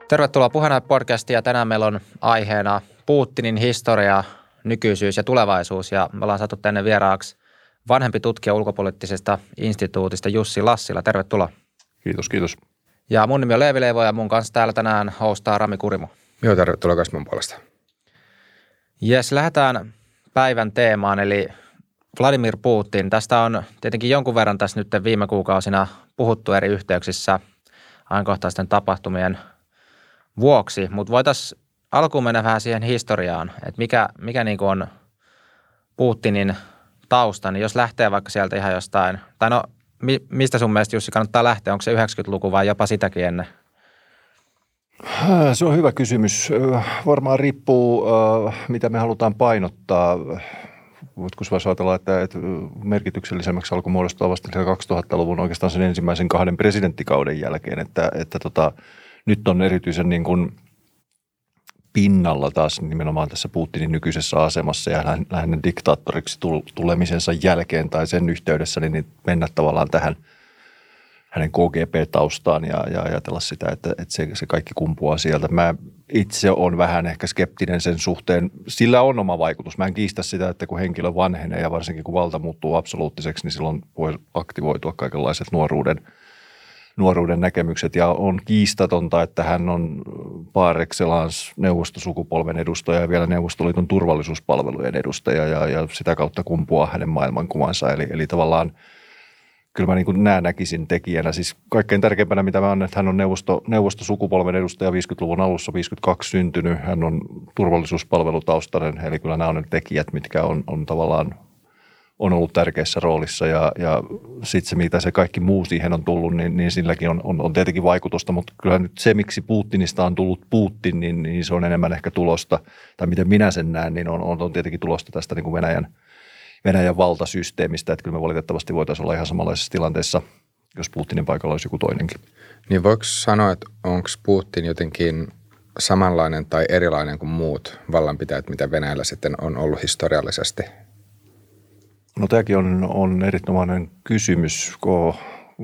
Tervetuloa Puheenaihe-podcastiin ja tänään meillä on aiheena Putinin historia, nykyisyys ja tulevaisuus ja me ollaan saatu tänne vieraaksi vanhempi tutkija ulkopoliittisesta instituutista Jussi Lassila. Tervetuloa. Kiitos. Ja mun nimi on Leevi Leivo ja mun kanssa täällä tänään hostaa Rami Kurimo. Joo, tervetuloa myös mun puolesta. Jes, lähdetään päivän teemaan eli Vladimir Putin. Tästä on tietenkin jonkun verran tässä nyt viime kuukausina puhuttu eri yhteyksissä ajankohtaisten tapahtumien vuoksi, mutta voitaisiin alkuun mennä vähän siihen historiaan, että mikä niin kuin on Putinin tausta, niin jos lähtee vaikka sieltä ihan jostain, tai no mistä sun mielestä Jussi kannattaa lähteä, onko se 90-luku vai jopa sitäkin ennen? Se on hyvä kysymys. Varmaan riippuu, mitä me halutaan painottaa. Voitko voisi ajatella, että merkityksellisemmäksi alkoi muodostua vasta 2000-luvun oikeastaan sen ensimmäisen 2 presidenttikauden jälkeen, että nyt on erityisen niin kuin pinnalla taas nimenomaan tässä Putinin nykyisessä asemassa ja lähinnä diktaattoriksi tulemisensa jälkeen tai sen yhteydessä niin mennä tavallaan tähän hänen KGB-taustaan ja ajatella sitä, että se kaikki kumpuaa sieltä. Mä itse olen vähän ehkä skeptinen sen suhteen. Sillä on oma vaikutus. Mä en kiistä sitä, että kun henkilö vanhenee ja varsinkin kun valta muuttuu absoluuttiseksi, niin silloin voi aktivoitua kaikenlaiset nuoruuden näkemykset. Ja on kiistatonta, että hän on par excellence neuvostosukupolven edustaja ja vielä Neuvostoliiton turvallisuuspalvelujen edustaja ja sitä kautta kumpuaa hänen maailmankuvansa. Eli tavallaan kyllä mä niin näkisin tekijänä. Siis kaikkein tärkeimpänä, mitä mä on, että hän on neuvostosukupolven edustaja 50-luvun alussa, 52 syntynyt. Hän on turvallisuuspalvelutaustainen, eli kyllä nämä on ne tekijät, mitkä on tavallaan on ollut tärkeässä roolissa. Ja sitten se, mitä se kaikki muu siihen on tullut, niin silläkin on tietenkin vaikutusta. Mutta kyllä nyt se, miksi Putinista on tullut Putin, niin se on enemmän ehkä tulosta, tai miten minä sen näen, niin on tietenkin tulosta tästä niin kuin Venäjän valtasysteemistä, että kyllä me valitettavasti voitaisiin olla ihan samanlaisessa tilanteessa, jos Putinin paikalla olisi joku toinenkin. Niin voiko sanoa, että onko Putin jotenkin samanlainen tai erilainen kuin muut vallanpitäjät, mitä Venäjällä sitten on ollut historiallisesti? No tämäkin on erinomainen kysymys, kun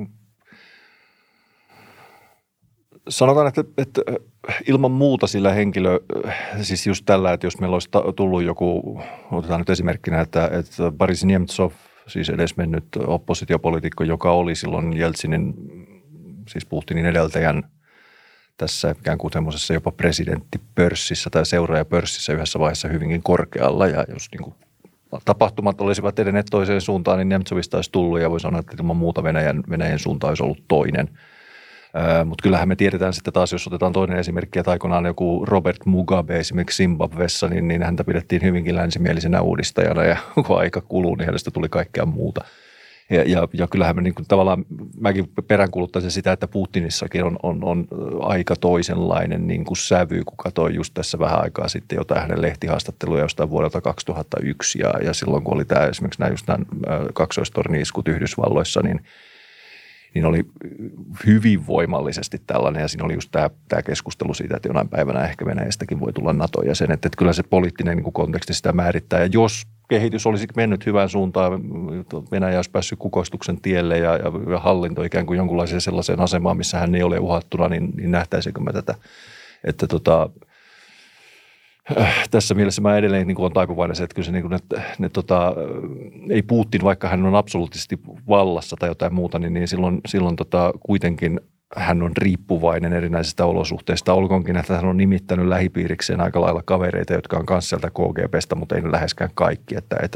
sanotaan, että ilman muuta sillä henkilö, siis just tällä, että jos meillä olisi tullut joku, otetaan nyt esimerkkinä, että Boris Nemtsov, siis edesmennyt oppositiopoliitikko, joka oli silloin Jeltsinin, siis Putinin edeltäjän tässä ikään kuin semmoisessa jopa presidenttipörssissä tai seuraajapörssissä yhdessä vaiheessa hyvinkin korkealla ja jos niin kuin tapahtumat olisivat edenneet toiseen suuntaan, niin Nemtsovista olisi tullut ja voi sanoa, että ilman muuta Venäjän suunta olisi ollut toinen. Mutta kyllähän me tiedetään sitten taas, jos otetaan toinen esimerkki, että aikoinaan joku Robert Mugabe esimerkiksi Zimbabwessa, niin häntä pidettiin hyvinkin länsimielisenä uudistajana ja kun aika kuluu, niin hänestä tuli kaikkea muuta. Ja kyllähän me niin kuin, tavallaan, mäkin peräänkuuluttaisin sitä, että Putinissakin on aika toisenlainen niin kuin sävy, kun katsoin just tässä vähän aikaa sitten jotain hänen lehtihaastatteluja jostain vuodelta 2001 ja silloin kun oli tämä esimerkiksi nämä kaksoistorni-iskut Yhdysvalloissa, niin oli hyvin voimallisesti tällainen ja siinä oli just tämä keskustelu siitä, että jonain päivänä ehkä Venäjästäkin voi tulla NATO-jäsen. Että kyllä se poliittinen niin kuin konteksti sitä määrittää ja jos kehitys olisi mennyt hyvään suuntaan, Venäjä olisi päässyt kukoistuksen tielle ja hallinto ikään kuin jonkunlaiseen sellaiseen asemaan, missä hän ei ole uhattuna, niin nähtäisikö me tätä, että tässä mielessä mä edelleen niin olen taipuvainen se, että kyllä se niin kuin, ei Putin, vaikka hän on absoluuttisesti vallassa tai jotain muuta, niin silloin kuitenkin hän on riippuvainen erinäisistä olosuhteista. Olkoonkin, että hän on nimittänyt lähipiirikseen aika lailla kavereita, jotka on kanssa sieltä KGBstä, mutta ei läheskään kaikki.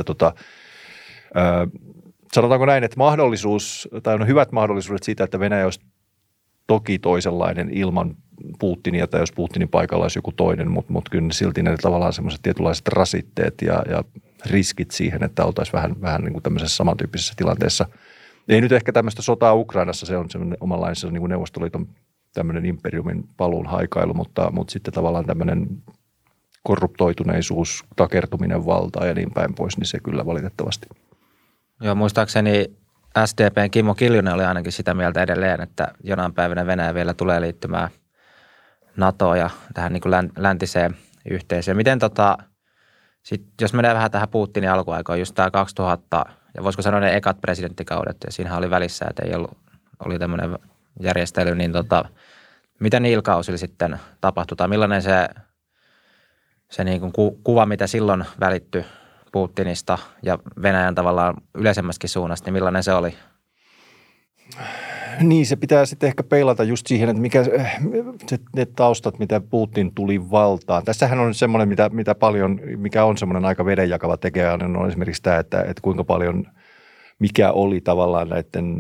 Sanotaanko näin, että mahdollisuus, tai on hyvät mahdollisuudet siitä, että Venäjä olisi toki toisenlainen ilman Putinia tai jos Putinin paikalla olisi joku toinen, mutta kyllä silti ne tavallaan semmoiset tietynlaiset rasitteet ja riskit siihen, että oltaisiin vähän niin kuin tämmöisessä samantyyppisessä tilanteessa. Ei nyt ehkä tämmöistä sotaa Ukrainassa, se on semmoinen omanlainensa niin kuin Neuvostoliiton tämmöinen imperiumin paluun haikailu, mutta sitten tavallaan tämmöinen korruptoituneisuus, takertuminen valtaan ja niin päin pois, niin se kyllä valitettavasti. Joo, muistaakseni SDP:n Kimmo Kiljunen oli ainakin sitä mieltä edelleen, että jonain päivänä Venäjä vielä tulee liittymään NATOon ja tähän niin kuin läntiseen yhteisöön. Miten sit, jos menee vähän tähän Putinin alkuaikoon, just tämä 2000 ja voisiko sanoa ne ekat presidenttikaudet ja siinähän oli välissä, että ei ollut, oli tämmöinen järjestely, niin Mitä niillä kausilla sitten tapahtui tai millainen se niin kuin kuva, mitä silloin välittyi Putinista ja Venäjän tavallaan yleisemmäskin suunnasta, niin millainen se oli? Niin, se pitää sitten ehkä peilata just siihen, että ne taustat, mitä Putin tuli valtaan. Tässähän on semmoinen, mitä paljon, mikä on semmoinen aika vedenjakava tekijä, on esimerkiksi tämä, että kuinka paljon, mikä oli tavallaan näiden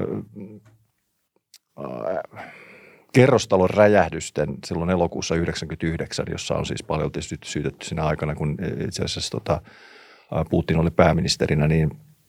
kerrostalon räjähdysten silloin elokuussa 1999, jossa on siis paljon tietysti syytetty siinä aikana, kun itse asiassa Putin oli pääministerinä, niin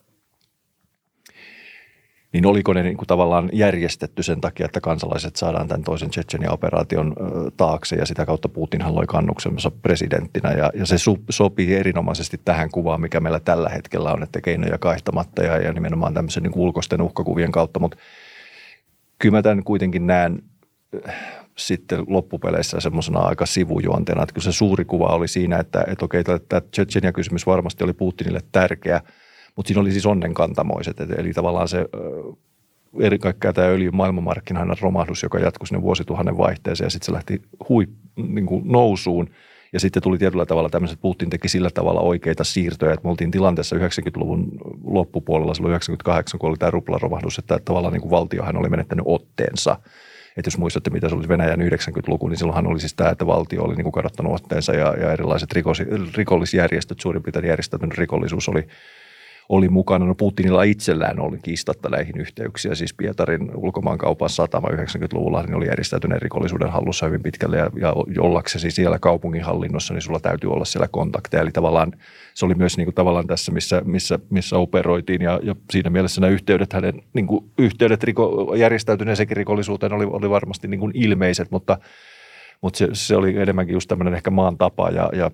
oliko ne niin kuin tavallaan järjestetty sen takia, että kansalaiset saadaan tämän toisen Tšetšenia-operaation taakse ja sitä kautta Putinhan loi kannuksensa presidenttinä ja se sopii erinomaisesti tähän kuvaan, mikä meillä tällä hetkellä on, että keinoja kaihtamatta ja nimenomaan tämmöisen niin kuin ulkoisten uhkakuvien kautta, mutta kyllä mä tämän kuitenkin näen sitten loppupeleissä semmoisena aika sivujuonteena, että kyllä se suuri kuva oli siinä, että okei, tämä Tšetšenia-kysymys varmasti oli Putinille tärkeä, mutta siinä oli siis onnenkantamoiset, eli tavallaan se eri kaikkea tämä öljyn maailmanmarkkinahinnan romahdus, joka jatkui sinne vuosituhannen vaihteeseen ja sitten se lähti niin kuin nousuun ja sitten tuli tietyllä tavalla tämmöiset, Putin teki sillä tavalla oikeita siirtoja, että me oltiin tilanteessa 90-luvun loppupuolella, silloin 98, kun oli tämä ruplaromahdus, että tavallaan niin kuin valtiohan oli menettänyt otteensa. Että jos muistatte, mitä se oli Venäjän 90-luku, niin silloinhan oli siis tämä, että valtio oli niin kuin kadottanut otteensa ja erilaiset rikollisjärjestöt, suurin piirtein järjestäytynyt rikollisuus oli mukana. No Putinilla itsellään oli kiistatta näihin yhteyksiä, siis Pietarin ulkomaankaupan satama 90-luvulla niin oli järjestäytyneen rikollisuuden hallussa hyvin pitkälle ja ollaksesi siellä kaupungin hallinnossa, niin sulla täytyy olla siellä kontakteja. Eli tavallaan se oli myös niin kuin tavallaan tässä, missä operoitiin ja siinä mielessä nämä yhteydet, niin kuin yhteydet järjestäytyneeseenkin rikollisuuteen oli varmasti niin kuin ilmeiset, mutta se oli enemmänkin just tämmöinen ehkä maan tapa ja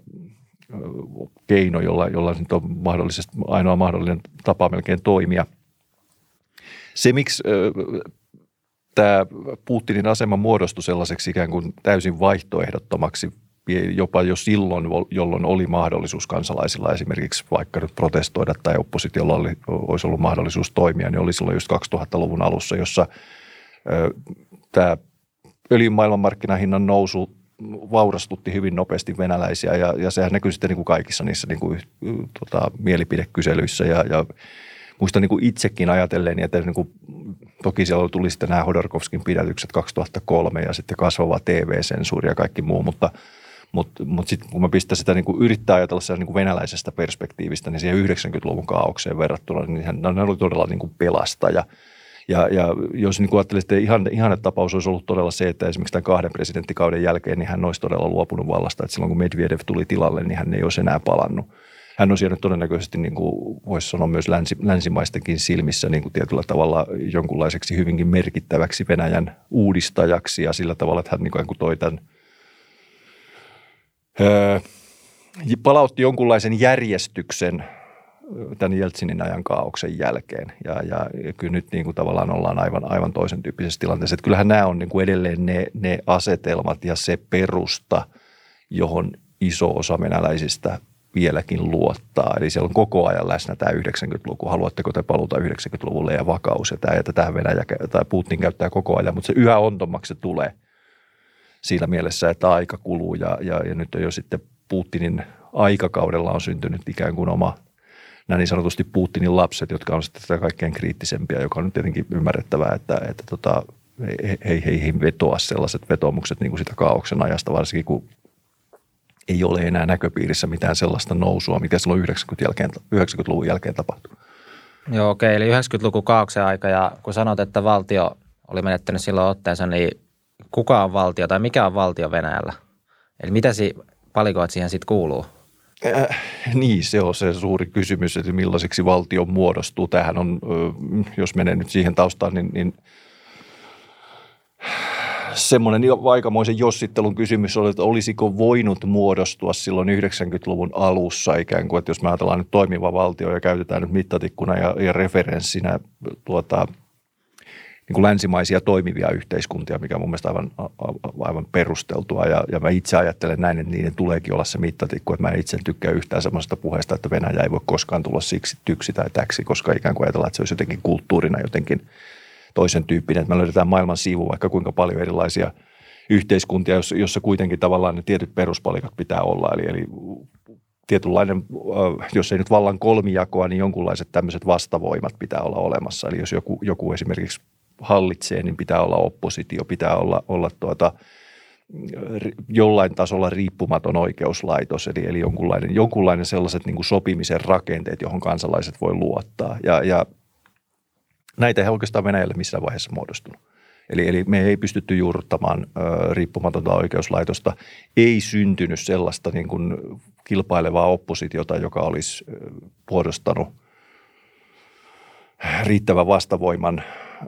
keino, jolla nyt on mahdollisesti ainoa mahdollinen tapa melkein toimia. Se, miksi tämä Putinin asema muodostui sellaiseksi ikään kuin täysin vaihtoehdottomaksi jopa jo silloin, jolloin oli mahdollisuus kansalaisilla esimerkiksi vaikka nyt protestoida tai oppositiolla olisi ollut mahdollisuus toimia, niin oli silloin just 2000-luvun alussa, jossa tämä öljyn maailmanmarkkinahinnan nousu vaurastutti hyvin nopeasti venäläisiä ja sehän näkyy sitten niin kuin kaikissa niissä niin kuin, mielipidekyselyissä ja muistan niin kuin itsekin ajatellen, että niin kuin, toki siellä tuli sitten nämä Hodorkovskin pidätykset 2003 ja sitten kasvava TV-sensuuri ja kaikki muu, mutta sitten kun mä pistän sitä niin kuin yrittää ajatella sitä niin kuin venäläisestä perspektiivistä, niin siihen 90-luvun kaaukseen verrattuna, niin ne oli todella niin kuin pelastaja. Ja jos niin ajattelin, että ihana tapaus olisi ollut todella se, että esimerkiksi tämän 2 presidenttikauden jälkeen niin hän olisi todella luopunut vallasta. Että silloin kun Medvedev tuli tilalle, niin hän ei olisi enää palannut. Hän on siellä todennäköisesti, niin kuin voisi sanoa myös länsimaistenkin silmissä niin kuin tietyllä tavalla jonkunlaiseksi hyvinkin merkittäväksi Venäjän uudistajaksi. Ja sillä tavalla, että hän niin kuin toi tämän, palautti jonkunlaisen järjestyksen tämän Jeltsinin ajan kaaoksen jälkeen. Ja kyllä nyt niin kuin tavallaan ollaan aivan toisen tyyppisessä tilanteessa. Että kyllähän nämä on niin kuin edelleen ne asetelmat ja se perusta, johon iso osa venäläisistä vieläkin luottaa. Eli siellä on koko ajan läsnä tämä 90-luku. Haluatteko te paluta 90-luvulle ja vakaus? Ja tähän Venäjä tai Putin käyttää koko ajan, mutta se yhä ontommaksi se tulee siinä mielessä, että aika kuluu. Ja nyt on jo sitten Putinin aikakaudella on syntynyt ikään kuin oma nämä niin sanotusti Putinin lapset, jotka on sitten tätä kaikkein kriittisempiä, joka on nyt tietenkin ymmärrettävää, että heihin vetoa sellaiset vetomukset niin kuin sitä kaaoksen ajasta, varsinkin kun ei ole enää näköpiirissä mitään sellaista nousua, mikä silloin 90-luvun jälkeen tapahtui. Joo, okei. Eli 90-luku kaaoksen aika ja kun sanot, että valtio oli menettänyt silloin otteensa, niin kuka on valtio tai mikä on valtio Venäjällä? Eli mitä palikoit siihen sitten kuuluu? Niin, se on se suuri kysymys, että millaiseksi valtio muodostuu. Tämähän on, jos menee nyt siihen taustaan, niin semmoinen aikamoisen jossittelun kysymys oli, että olisiko voinut muodostua silloin 90-luvun alussa ikään kuin, että jos me ajatellaan nyt toimiva valtio ja käytetään nyt mittatikkuna ja referenssinä niin kuin länsimaisia toimivia yhteiskuntia, mikä on mun mielestä aivan perusteltua. Ja mä itse ajattelen näin, että niiden tuleekin olla se mittatikku, että mä en itse tykkää yhtään semmoisesta puheesta, että Venäjä ei voi koskaan tulla siksi tyksi tai täksi, koska ikään kuin ajatellaan, että se olisi jotenkin kulttuurina jotenkin toisen tyyppinen, että me löydetään maailman siivu vaikka kuinka paljon erilaisia yhteiskuntia, jossa kuitenkin tavallaan ne tietyt peruspalikat pitää olla. Eli tietynlainen, jos ei nyt vallan kolmijakoa, niin jonkunlaiset tämmöiset vastavoimat pitää olla olemassa. Eli jos joku esimerkiksi hallitsee, niin pitää olla oppositio, pitää olla jollain tasolla riippumaton oikeuslaitos, eli jonkunlainen sellaiset niin kuin sopimisen rakenteet, johon kansalaiset voi luottaa. Ja näitä ei oikeastaan Venäjällä missään vaiheessa muodostunut. Eli me ei pystytty juurruttamaan riippumatonta oikeuslaitosta. Ei syntynyt sellaista niin kuin kilpailevaa oppositiota, joka olisi muodostanut riittävän vastavoiman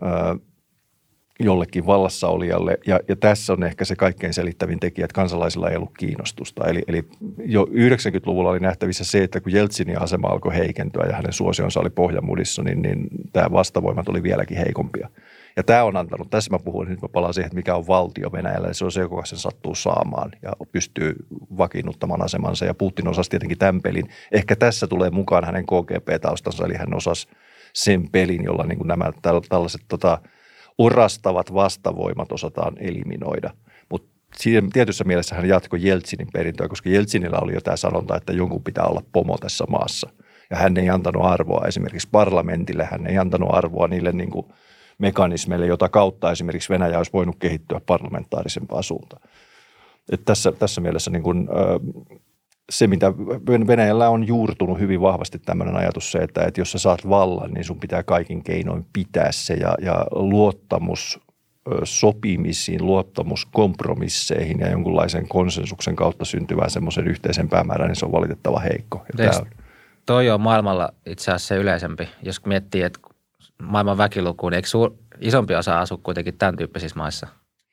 jollekin vallassa olijalle. Ja tässä on ehkä se kaikkein selittävin tekijä, että kansalaisilla ei ollut kiinnostusta. Eli jo 90-luvulla oli nähtävissä se, että kun Jeltsinin asema alkoi heikentyä ja hänen suosionsa oli pohjamudissa, niin tämä vastavoimat oli vieläkin heikompia. Ja tämä on antanut, tässä mä puhun, nyt mä palaan siihen, että mikä on valtio Venäjällä, ja se on se, joka sen sattuu saamaan ja pystyy vakiinnuttamaan asemansa. Ja Putin osasi tietenkin tämän pelin. Ehkä tässä tulee mukaan hänen KGB-taustansa, eli hän osasi sen pelin, jolla niin kuin nämä tällaiset orastavat vastavoimat osataan eliminoida. Mutta tietyssä mielessä hän jatkoi Jeltsinin perintöä, koska Jeltsinillä oli jo tämä sanonta, että jonkun pitää olla pomo tässä maassa. Ja hän ei antanut arvoa esimerkiksi parlamentille, hän ei antanut arvoa niille niin kuin mekanismeille, jota kautta esimerkiksi Venäjä olisi voinut kehittyä parlamentaarisempaan suuntaan. Että tässä mielessä niin kuin, se, mitä Venäjällä on juurtunut hyvin vahvasti tämmöinen ajatus se, että jos sä saat vallan, niin sun pitää kaikin keinoin pitää se ja luottamus sopimisiin, luottamus kompromisseihin ja jonkunlaisen konsensuksen kautta syntyvään semmoisen yhteisen päämäärän, niin se on valitettavan heikko. Toi on maailmalla itse asiassa se yleisempi, jos miettii, että maailman väkilukuun, niin eikö isompi osa asu kuitenkin tämän tyyppisissä maissa?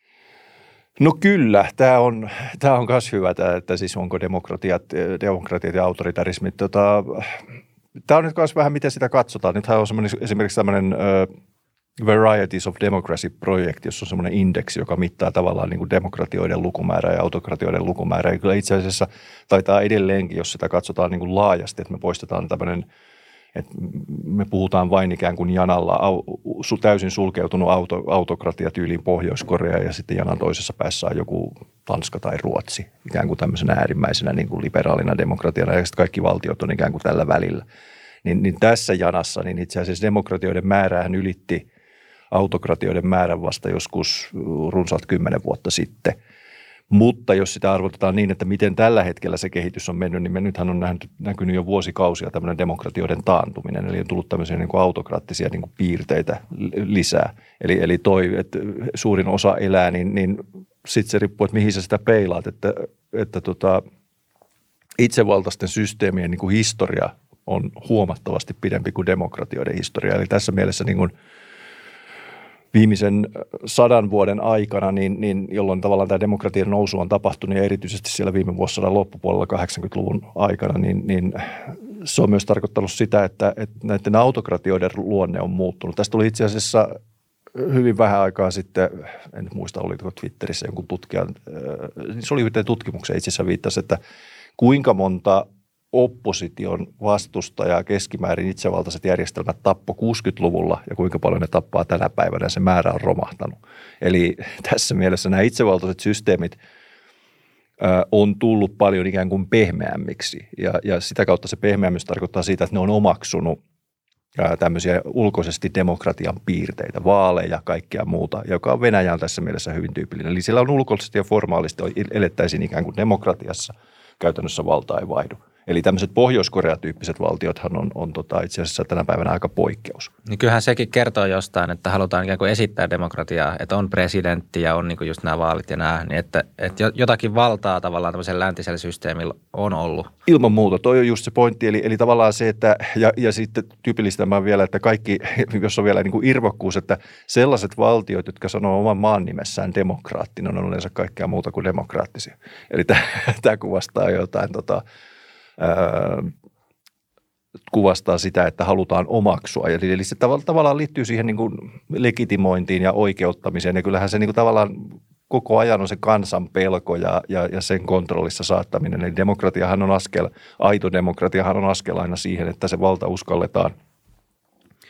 No kyllä, tämä on myös hyvä, että siis onko demokratiat ja autoritarismit. Tämä on nyt myös vähän, miten sitä katsotaan. Nythän on esimerkiksi tämmöinen Varieties of Democracy-projekti, jossa on semmoinen indeksi, joka mittaa tavallaan niin kuin demokratioiden lukumäärää ja autokratioiden lukumäärää. Ja kyllä itse asiassa taitaa edelleenkin, jos sitä katsotaan niin kuin laajasti, että me poistetaan tämmöinen, että me puhutaan vain ikään kuin janalla täysin sulkeutunut autokratia tyyliin Pohjois-Korea ja sitten janan toisessa päässä on joku Tanska tai Ruotsi ikään kuin tämmöisenä äärimmäisenä niin kuin liberaalina demokratiana ja sitten kaikki valtiot on ikään kuin tällä välillä. Niin tässä janassa niin itse asiassa demokratioiden määrähän ylitti autokratioiden määrän vasta joskus runsaat 10 vuotta sitten. Mutta jos sitä arvotetaan niin, että miten tällä hetkellä se kehitys on mennyt, niin me nythän on näkynyt jo vuosikausia tämmöinen demokratioiden taantuminen. Eli on tullut tämmöisiä niin kuin autokraattisia niin kuin piirteitä lisää. Eli toi, että suurin osa elää, niin sitten se riippuu, että mihin sä sitä peilaat. Että itsevaltaisten systeemien niin kuin historia on huomattavasti pidempi kuin demokratioiden historia. Eli tässä mielessä niin kuin viimeisen 100 vuoden aikana, niin jolloin tavallaan tämä demokratian nousu on tapahtunut ja erityisesti siellä viime vuosisadan loppupuolella 80-luvun aikana, niin se on myös tarkoittanut sitä, että näiden autokratioiden luonne on muuttunut. Tästä tuli itse asiassa hyvin vähän aikaa sitten, en nyt muista, oliko Twitterissä jonkun tutkijan, se oli yhteen tutkimuksen itse asiassa viittasi, että kuinka monta opposition vastustajaa keskimäärin itsevaltaiset järjestelmät tappoi 60-luvulla ja kuinka paljon ne tappaa tänä päivänä ja se määrä on romahtanut. Eli tässä mielessä nämä itsevaltaiset systeemit on tullut paljon ikään kuin pehmeämmiksi ja sitä kautta se pehmeämyys tarkoittaa siitä, että ne on omaksunut tämmöisiä ulkoisesti demokratian piirteitä, vaaleja, kaikkea muuta, joka on Venäjän tässä mielessä hyvin tyypillinen. Eli siellä on ulkoisesti ja formaalisti elettäisiin ikään kuin demokratiassa, käytännössä valta ei vaihdu. Eli tämmöiset Pohjois-Korea-tyyppiset valtiothan on itse asiassa tänä päivänä aika poikkeus. Niin kyllähän sekin kertoo jostain, että halutaan ikään kuin esittää demokratiaa, että on presidentti ja on niin kuin just nämä vaalit ja nämä, niin että jotakin valtaa tavallaan tämmöisellä läntisellä systeemillä on ollut. Ilman muuta, toi on just se pointti, eli tavallaan se, että ja sitten tyypillistämään vielä, että kaikki, jos on vielä niin kuin irvokkuus, että sellaiset valtiot, jotka sanoo oman maan nimessään demokraattinen, on yleensä kaikkea muuta kuin demokraattisia. Eli tämä kuvastaa jotain kuvastaa sitä, että halutaan omaksua. Eli se tavallaan liittyy siihen niin kuin legitimointiin ja oikeuttamiseen. Ja kyllähän se niin kuin tavallaan koko ajan on se kansan pelko ja sen kontrollissa saattaminen. Eli demokratiahan on askel, aito demokratiahan on askel aina siihen, että se valta uskalletaan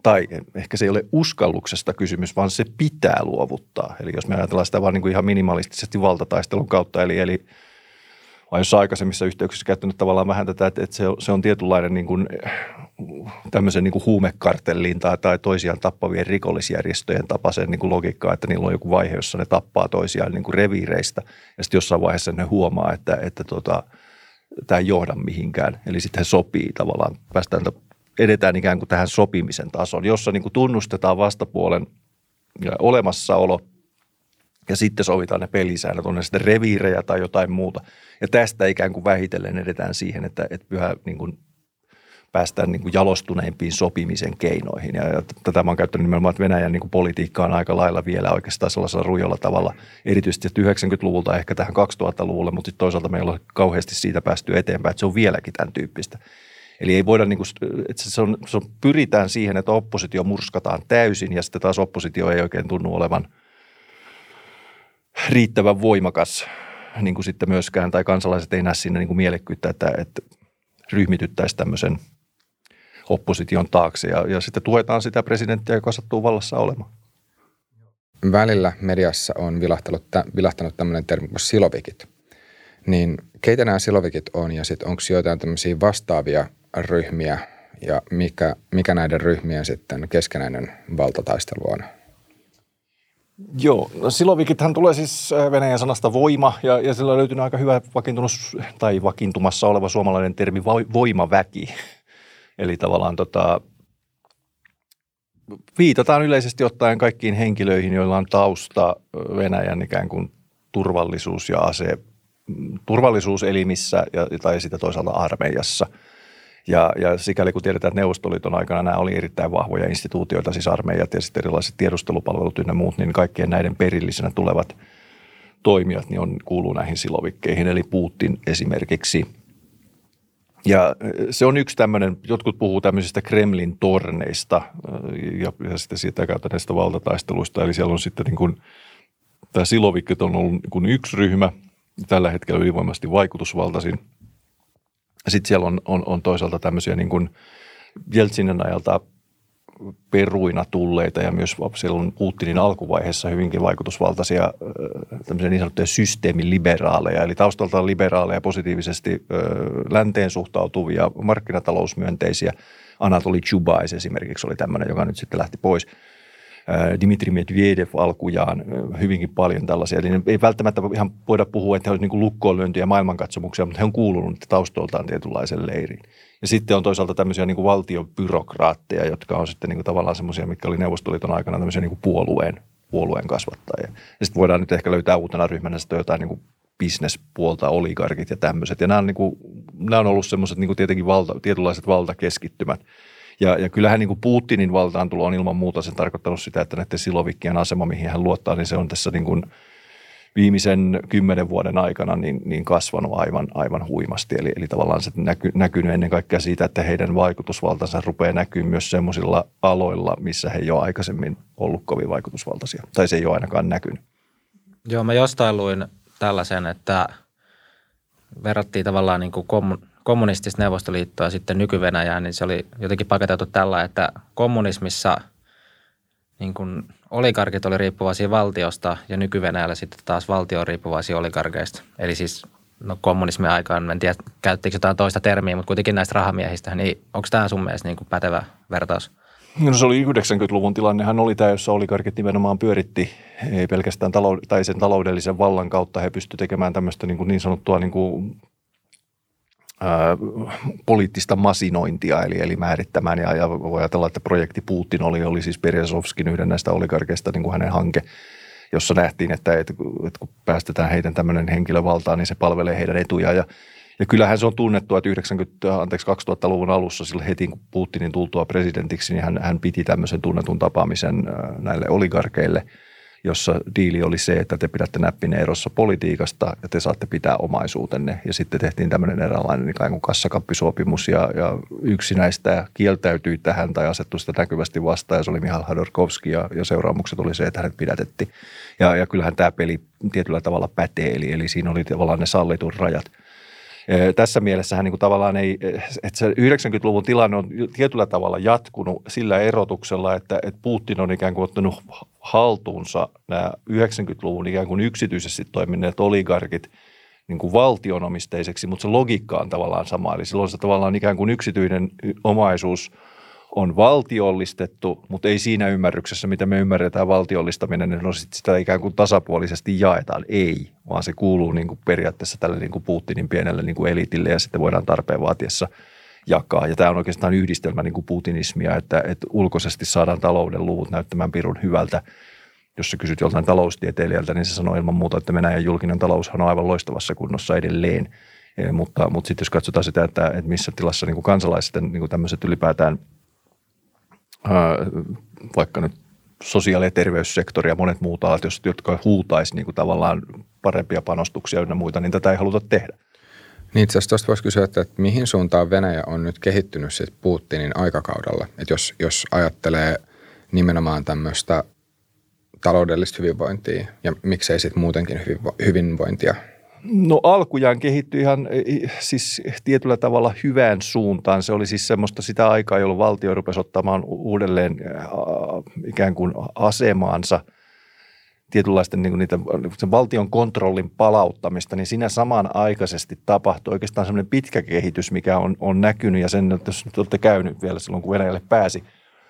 tai ehkä se ei ole uskalluksesta kysymys, vaan se pitää luovuttaa. Eli jos me ajatellaan sitä vaan niin kuin ihan minimalistisesti valtataistelun kautta, eli olen jossain aikaisemmissa yhteyksissä käyttänyt tavallaan vähän tätä, että se on tietynlainen niin kuin tämmöisen niin kuin huumekartellin tai toisiaan tappavien rikollisjärjestöjen tapaisen niin kuin logiikkaa, että niillä on joku vaihe, jossa ne tappaa toisiaan niin kuin reviireistä ja sitten jossain vaiheessa ne huomaa, että tämä ei johda mihinkään. Eli sitten he sopii tavallaan, edetään ikään kuin tähän sopimisen tason, jossa niin kuin tunnustetaan vastapuolen olemassaolo ja sitten sovitaan ne pelisäännöt, on ne sitten reviirejä tai jotain muuta. Ja tästä ikään kuin vähitellen edetään siihen, että yhä niin kuin päästään niin kuin jalostuneimpiin sopimisen keinoihin. Ja tätä mä oon käyttänyt nimenomaan, että Venäjän niin kuin politiikka on aika lailla vielä oikeastaan sellaisella rujolla tavalla, erityisesti 90-luvulta ehkä tähän 2000-luvulle, mutta sitten toisaalta meillä on kauheasti siitä päästy eteenpäin, että se on vieläkin tämän tyyppistä. Eli ei voida, niin kuin, että pyritään siihen, että oppositio murskataan täysin ja sitten taas oppositio ei oikein tunnu olevan riittävän voimakas niin kuin sitten myöskään, tai kansalaiset ei näe sinne niin kuin mielekkyyttä, että ryhmityttäisiin tämmöisen opposition taakse ja sitten tuetaan sitä presidenttiä, joka sattuu vallassa olemaan. Välillä mediassa on vilahtanut tämmöinen termi kuin silovikit. Niin keitä nämä silovikit on ja sitten onko jotain tämmöisiä vastaavia ryhmiä ja mikä näiden ryhmien sitten keskenäinen valtataistelu on? Joo, no silovikithän tulee siis venäjän sanasta voima ja sillä on löytynyt aika hyvä vakiintumassa oleva suomalainen termi voimaväki. Eli tavallaan viitataan yleisesti ottaen kaikkiin henkilöihin, joilla on tausta Venäjän ikään kuin turvallisuuselimissä tai sitten toisaalta armeijassa. Ja sikäli kun tiedetään, että Neuvostoliiton aikana nämä oli erittäin vahvoja instituutioita, siis armeijat ja sitten erilaiset tiedustelupalvelut ynnä muut, niin kaikkien näiden perillisenä tulevat toimijat niin kuuluu näihin silovikkeihin, eli Putin esimerkiksi. Ja se on yksi tämmöinen, jotkut puhuu tämmöisistä Kremlin torneista ja sitten siitä käytännöistä valtataisteluista, eli siellä on sitten niin kuin, tämä silovikkit on ollut niin kuin yksi ryhmä, tällä hetkellä ylivoimaisesti vaikutusvaltaisin. Sitten siellä on toisaalta tämmöisiä niin kuin Jeltsinin ajalta peruina tulleita ja myös siellä on Putinin alkuvaiheessa hyvinkin vaikutusvaltaisia tämmöisiä niin sanottuja systeemiliberaaleja. Eli taustaltaan liberaaleja, positiivisesti länteen suhtautuvia, markkinatalousmyönteisiä. Anatoli Chubais esimerkiksi oli tämmöinen, joka nyt sitten lähti pois. Dmitri Medvedev alkujaan, hyvinkin paljon tällaisia. Eli ei välttämättä ihan voida puhua, että he olisivat niin lukkoon lyöntiä maailmankatsomuksia, mutta he on kuulunut taustoltaan tietynlaisen leiriin. Ja sitten on toisaalta tämmöisiä niin kuin valtiobyrokraatteja, jotka on sitten niin kuin tavallaan semmoisia, mitkä oli Neuvostoliiton aikana tämmöisiä niin kuin puolueen kasvattajia. Ja sitten voidaan nyt ehkä löytää uutena ryhmänä sitten jotain niin kuin bisnespuolta, oligarkit ja tämmöiset. Ja nämä on ollut semmoiset niin kuin tietenkin tietynlaiset valtakeskittymät. Ja kyllähän niin kuin Putinin valtaantulo on ilman muuta sen tarkoittanut sitä, että näiden silovikkien asema, mihin hän luottaa, niin se on tässä niin kuin viimeisen 10 vuoden aikana niin kasvanut aivan huimasti. Eli tavallaan se näkynyt ennen kaikkea siitä, että heidän vaikutusvaltansa rupeaa näkyä myös semmoisilla aloilla, missä he ei ole aikaisemmin ollut kovin vaikutusvaltaisia. Tai se ei ole ainakaan näkynyt. Joo, mä jostain luin tällaisen, että verrattiin tavallaan niin kuin kommunistista Neuvostoliittoa ja sitten nyky-Venäjään, niin se oli jotenkin paketoitu tällä, että kommunismissa niin kuin oligarkit oli riippuvaisia valtiosta ja nyky-Venäjällä sitten taas valtio on riippuvaisia oligarkeista. Eli siis kommunismin aikaan, en tiedä käyttikö jotain toista termiä, mutta kuitenkin näistä rahamiehistä, niin onko tämä sun mielestä niin kuin pätevä vertaus? No se oli 90-luvun tilannehan oli tämä, jossa oligarkit nimenomaan pyöritti, ei pelkästään sen taloudellisen vallan kautta, he pystyivät tekemään tämmöistä niin sanottua niin kuin poliittista masinointia, eli määrittämään, ja voi ajatella, että projekti Putin oli siis Berezovskin yhden näistä oligarkeista niin kuin hänen hanke, jossa nähtiin, että kun päästetään heidän tämmöinen henkilövaltaan, niin se palvelee heidän etujaan, ja kyllähän se on tunnettu, että 2000-luvun alussa sillä heti kun Putinin tultua presidentiksi, niin hän piti tämmöisen tunnetun tapaamisen näille oligarkeille, jossa diili oli se, että te pidätte näppineen erossa politiikasta ja te saatte pitää omaisuutenne. Ja sitten tehtiin tämmöinen eräänlainen ikään kuin kassakaappisopimus ja yksi näistä kieltäytyi tähän tai asettui sitä näkyvästi vastaan ja se oli Mihail Hodorkovski ja seuraamukset oli se, että hänet pidätettiin. Ja kyllähän tämä peli tietyllä tavalla pätee, eli siinä oli tavallaan ne sallitun rajat. Tässä mielessähän niin kuin tavallaan että se 90-luvun tilanne on tietyllä tavalla jatkunut sillä erotuksella, että Putin on ikään kuin ottanut haltuunsa nämä 90-luvun ikään kuin yksityisesti toimineet oligarkit niin kuin valtionomisteiseksi, mutta se logiikka on tavallaan sama. Eli silloin se tavallaan ikään kuin yksityinen omaisuus on valtiollistettu, mutta ei siinä ymmärryksessä, mitä me ymmärretään valtiollistaminen, niin sitä ikään kuin tasapuolisesti jaetaan. Ei, vaan se kuuluu niin kuin periaatteessa tälle niin kuin Putinin pienelle niin kuin elitille ja sitten voidaan tarpeen vaatiessa jakaa. Ja tämä on oikeastaan yhdistelmä niin kuin putinismia, että ulkoisesti saadaan talouden luvut näyttämään pirun hyvältä. Jos sä kysyt joltain taloustieteilijältä, niin se sanoo ilman muuta, että Venäjän julkinen taloushan on aivan loistavassa kunnossa edelleen. Mutta sitten jos katsotaan sitä, että missä tilassa niin kuin kansalaisten niin kuin tämmöiset ylipäätään vaikka nyt sosiaali- ja terveyssektori ja monet muut alat, jotka huutaisi niin kuin tavallaan parempia panostuksia ynnä muita, niin tätä ei haluta tehdä. Niin itse asiassa tuosta voisi kysyä, että mihin suuntaan Venäjä on nyt kehittynyt sit Putinin aikakaudella? Että jos ajattelee nimenomaan tämmöistä taloudellista hyvinvointia ja miksei sitten muutenkin hyvinvointia? No alkujaan kehittyi ihan siis tietyllä tavalla hyvään suuntaan. Se oli siis semmoista sitä aikaa, jolloin valtio rupesi ottamaan uudelleen ikään kuin asemaansa tietynlaisten niin niitä sen valtion kontrollin palauttamista, niin siinä samanaikaisesti tapahtui oikeastaan semmoinen pitkä kehitys, mikä on näkynyt ja sen, jos nyt olette käynyt vielä silloin, kun Venäjälle pääsi,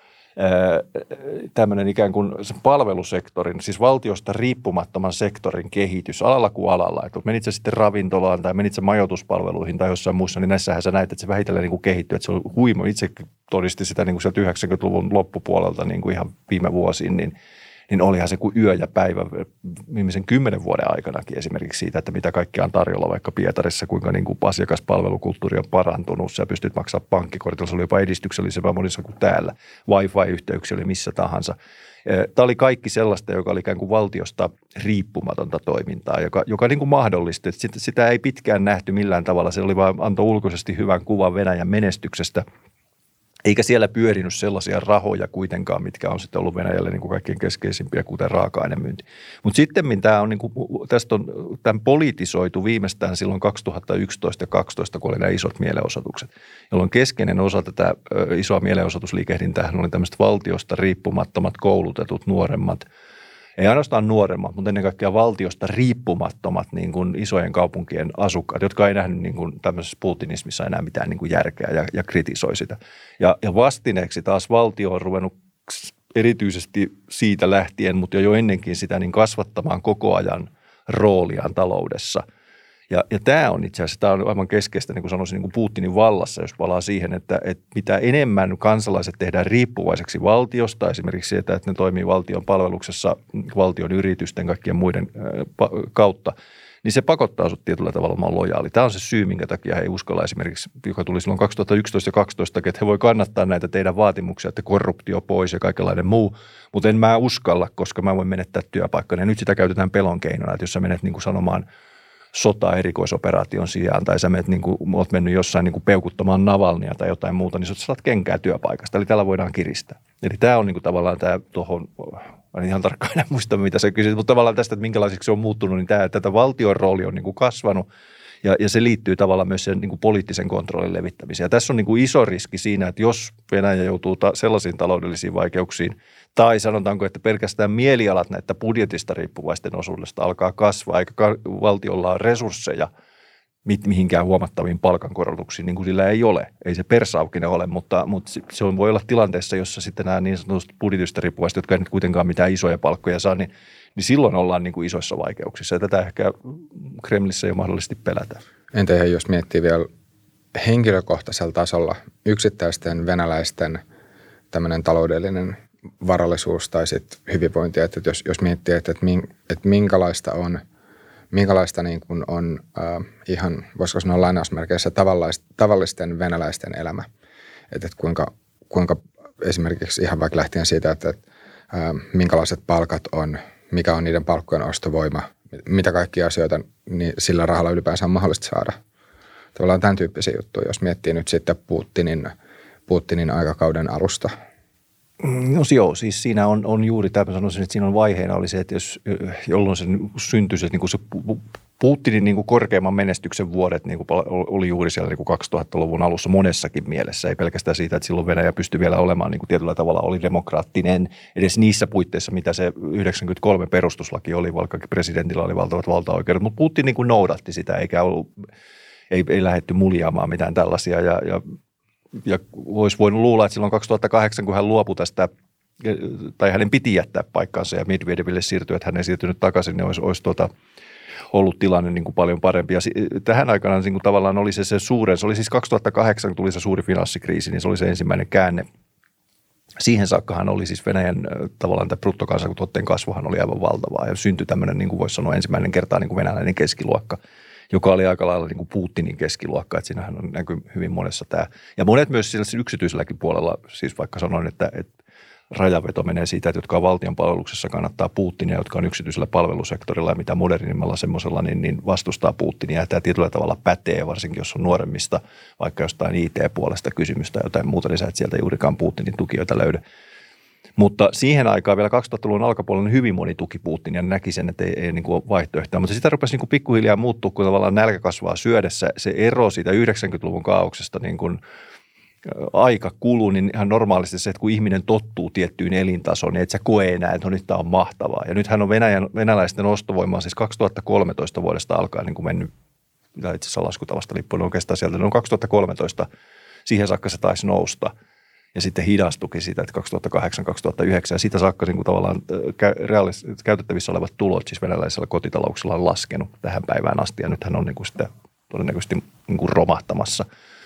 tämmöinen ikään kuin palvelusektorin, siis valtiosta riippumattoman sektorin kehitys alalla kuin alalla. Että menit sä sitten ravintolaan tai menit sä majoituspalveluihin tai jossain muussa, niin näissähän sä näet, että se vähitellen niin kuin kehittyy. Että se on huimo. Itse todisti sitä niin kuin sieltä 90-luvun loppupuolelta niin kuin ihan viime vuosiin, niin olihan se kuin yö ja päivä viimeisen 10 vuoden aikanakin esimerkiksi siitä, että mitä kaikkea on tarjolla vaikka Pietarissa, kuinka niin kuin asiakaspalvelukulttuuri on parantunut. Sä pystyt maksamaan pankkikortilla, se oli jopa edistyksellisempää monissa kuin täällä. Wi-Fi-yhteyksiä oli missä tahansa. Tämä oli kaikki sellaista, joka oli ikään kuin valtiosta riippumatonta toimintaa, joka niin kuin mahdollisti. Sitä ei pitkään nähty millään tavalla. Se oli vain antoi ulkoisesti hyvän kuvan Venäjän menestyksestä. Eikä siellä pyörinyt sellaisia rahoja kuitenkaan, mitkä on sitten ollut Venäjälle niin kuin kaikkein keskeisimpiä, kuten raaka-ainemyynti. Mutta sitten tämä on, niin kuin, tästä on tämän politisoitu viimeistään silloin 2011 ja 2012, kun oli nämä isot mielenosoitukset, jolloin keskeinen osa tätä isoa mielenosoitusliikehdintää oli tämmöiset valtiosta riippumattomat, koulutetut, nuoremmat, ei ainoastaan nuoremmat, mutta ennen kaikkea valtiosta riippumattomat niin kuin isojen kaupunkien asukkaat, jotka ei nähnyt niin kuin tämmöisessä putinismissa enää mitään niin kuin järkeä ja kritisoi sitä. Ja vastineeksi taas valtio on ruvennut erityisesti siitä lähtien, mutta jo ennenkin sitä niin kasvattamaan koko ajan rooliaan taloudessa. Ja tämä on itse asiassa, tämä on aivan keskeistä, niin kuin sanoisin, niin kuin Putinin vallassa, jos palaa siihen, että mitä enemmän kansalaiset tehdään riippuvaiseksi valtiosta, esimerkiksi siitä, että ne toimii valtion palveluksessa, valtion yritysten, kaikkien muiden kautta, niin se pakottaa sut tietyllä tavalla olemaan lojaali. Tämä on se syy, minkä takia he ei uskalla esimerkiksi, joka tuli silloin 2011 ja 2012, että he voi kannattaa näitä teidän vaatimuksia, että korruptio pois ja kaikenlainen muu, mutta en mä uskalla, koska mä voin menettää työpaikkani. Ja nyt sitä käytetään pelon keinona, että jos sä menet niin kuin sanomaan sota-erikoisoperaation sijaan tai sä menet, niin kuin, oot mennyt jossain niin kuin peukuttamaan Navalnia tai jotain muuta, niin sä saat kenkää työpaikasta. Eli tällä voidaan kiristää. Eli tämä on niin kuin tavallaan tämä tuohon, en ihan tarkkaan enää muista mitä sä kysyt, mutta tavallaan tästä, että minkälaiseksi se on muuttunut, niin tätä valtion rooli on niin kuin kasvanut ja se liittyy tavallaan myös sen niin kuin poliittisen kontrollin levittämiseen. Ja tässä on niin kuin iso riski siinä, että jos Venäjä joutuu sellaisiin taloudellisiin vaikeuksiin, tai sanotaanko, että pelkästään mielialat näitä budjetista riippuvaisten osuudesta alkaa kasvaa, eikä valtiolla ole resursseja mihinkään huomattaviin palkankorotuksiin, niin kuin sillä ei ole. Ei se persaukinen ole, mutta se voi olla tilanteessa, jossa sitten nämä niin sanotusti budjetista riippuvaiset, jotka ei nyt kuitenkaan mitään isoja palkkoja saa, niin silloin ollaan niin kuin isoissa vaikeuksissa. Ja tätä ehkä Kremlissä jo mahdollisesti pelätään. Entä jos miettii vielä henkilökohtaisella tasolla yksittäisten venäläisten tämmöinen taloudellinen varallisuus tai sitten hyvinvointi, että jos miettii, että minkälaista niin kuin on ihan, voisiko sanoa lainausmerkeissä, tavallisten venäläisten elämä. Että kuinka esimerkiksi ihan vaikka lähtien siitä, että minkälaiset palkat on, mikä on niiden palkkojen ostovoima, mitä kaikkia asioita niin sillä rahalla ylipäänsä on mahdollista saada. Tavallaan tämän tyyppisiä juttuja, jos miettii nyt sitten Putinin aikakauden alusta. No joo, siis siinä on juuri tämä, sanoisin, että siinä on vaiheena oli se, että jolloin se syntyi se, niin kuin se Putinin niin kuin korkeimman menestyksen vuodet niin kuin oli juuri siellä niin kuin 2000-luvun alussa monessakin mielessä. Ei pelkästään siitä, että silloin Venäjä pystyi vielä olemaan niin kuin tietyllä tavalla oli demokraattinen edes niissä puitteissa, mitä se 93 perustuslaki oli, vaikka presidentillä oli valtavat valtaoikeudet. Mutta Putin niin kuin noudatti sitä, eikä ollut, ei lähdetty muljaamaan mitään tällaisia. Ja olisi voinut luulla, että silloin 2008, kun hän luopui tästä, tai hänen piti jättää paikkaansa ja Medvedeville siirtyä, että hän ei siirtynyt takaisin, niin olisi ollut tilanne niin kuin paljon parempi. Ja tähän aikaan niin kuin tavallaan oli se suuren, se oli siis 2008, kun tuli se suuri finanssikriisi, niin se oli se ensimmäinen käänne. Siihen saakkahan oli siis Venäjän tavallaan tämä bruttokansantuotteen kasvuhan oli aivan valtavaa ja syntyi tämmöinen, niin kuin voisi sanoa, ensimmäinen kertaa niin kuin venäläinen keskiluokka, joka oli aika lailla niin kuin Putinin keskiluokka, että siinähän on näkyy hyvin monessa tämä. Ja monet myös sillä yksityiselläkin puolella, siis vaikka sanoin, että rajaveto menee siitä, että jotka on valtion palveluksessa kannattaa Putinia, jotka on yksityisellä palvelusektorilla ja mitä modernimmalla semmoisella, niin vastustaa Putinia. Ja tämä tietyllä tavalla pätee, varsinkin jos on nuoremmista, vaikka jostain IT-puolesta kysymystä tai jotain muuta, niin sä et sieltä juurikaan Putinin tukijoita löydy. Mutta siihen aikaan vielä 2000-luvun alkapuolella hyvin moni tuki Putinia, näki sen, että ei niin kuin vaihtoehtoja. Mutta sitä rupesi niin kuin pikkuhiljaa muuttua, kun tavallaan nälkä kasvaa syödessä. Se ero siitä 90-luvun kaauksesta niin kuin aika kuluu, niin ihan normaalisti se, että kun ihminen tottuu tiettyyn elintasoon, niin et sä koe enää, että no nyt tämä on mahtavaa. Ja nythän on venäläisten ostovoima siis 2013 vuodesta alkaen niin kuin mennyt, itse asiassa laskutavasta lippuen oikeastaan sieltä, no 2013 siihen saakka se taisi nousta. Ja sitten hidastukin siitä, että 2008-2009 ja siitä saakka niin kuin tavallaan käytettävissä olevat tulot, siis venäläisellä kotitalouksilla on laskenut tähän päivään asti ja nythän on niin kuin sitä todennäköisesti niin kuin romahtamassa.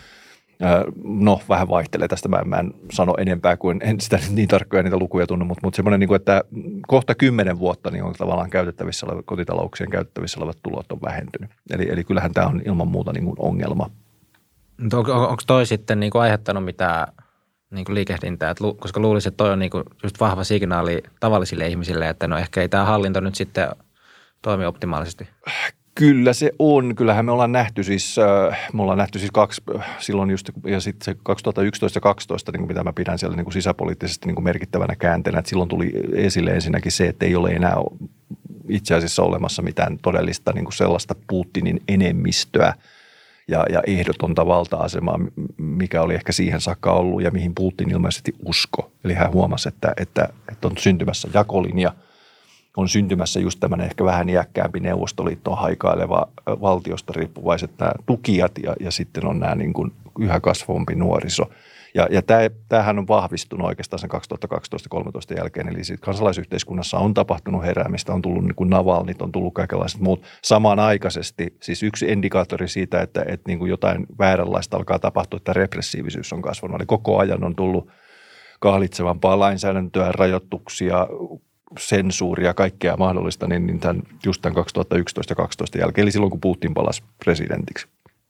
No, vähän vaihtelee tästä. Mä en sano enempää kuin en sitä niin tarkkoja niitä lukuja tunnu, mutta semmoinen, niin kuin, että kohta 10 vuotta niin on tavallaan käytettävissä olevat, kotitalouksien käytettävissä olevat tulot on vähentynyt. Eli kyllähän tämä on ilman muuta niin kuin ongelma. Onko toi sitten niin kuin aiheuttanut mitään niin kuin liikehdintää? Koska luulisin, että toi on niin kuin just vahva signaali tavallisille ihmisille, että no ehkä ei tämä hallinto nyt sitten toimi optimaalisesti. Kyllä se on. Kyllähän me ollaan nähty siis kaksi silloin just, ja sitten se 2011 ja 2012, niin mitä mä pidän siellä niin kuin sisäpoliittisesti niin kuin merkittävänä käänteenä, että silloin tuli esille ensinnäkin se, että ei ole enää itse asiassa olemassa mitään todellista niin kuin sellaista Putinin enemmistöä ja ehdotonta valta-asemaa, mikä oli ehkä siihen saakka ollut ja mihin Putin ilmeisesti usko. Eli hän huomasi, että on syntymässä jakolinja. On syntymässä just tämmöinen ehkä vähän iäkkäämpi Neuvostoliittoon haikaileva valtiosta riippuvaiset nämä tukijat ja sitten on nämä niin kuin yhä kasvavampi nuoriso. Ja tämähän on vahvistunut oikeastaan sen 2012-2013 jälkeen, eli kansalaisyhteiskunnassa on tapahtunut heräämistä, on tullut niin kuin Navalnit, on tullut kaikenlaiset muut. Samanaikaisesti siis yksi indikaattori siitä, että niin kuin jotain vääränlaista alkaa tapahtua, että repressiivisyys on kasvanut. Eli koko ajan on tullut kahlitsevampaa lainsäädäntöä, rajoituksia, sensuuria, kaikkea mahdollista, niin just tämän 2011 ja 2012 jälkeen, eli silloin kun Putin palasi presidentiksi.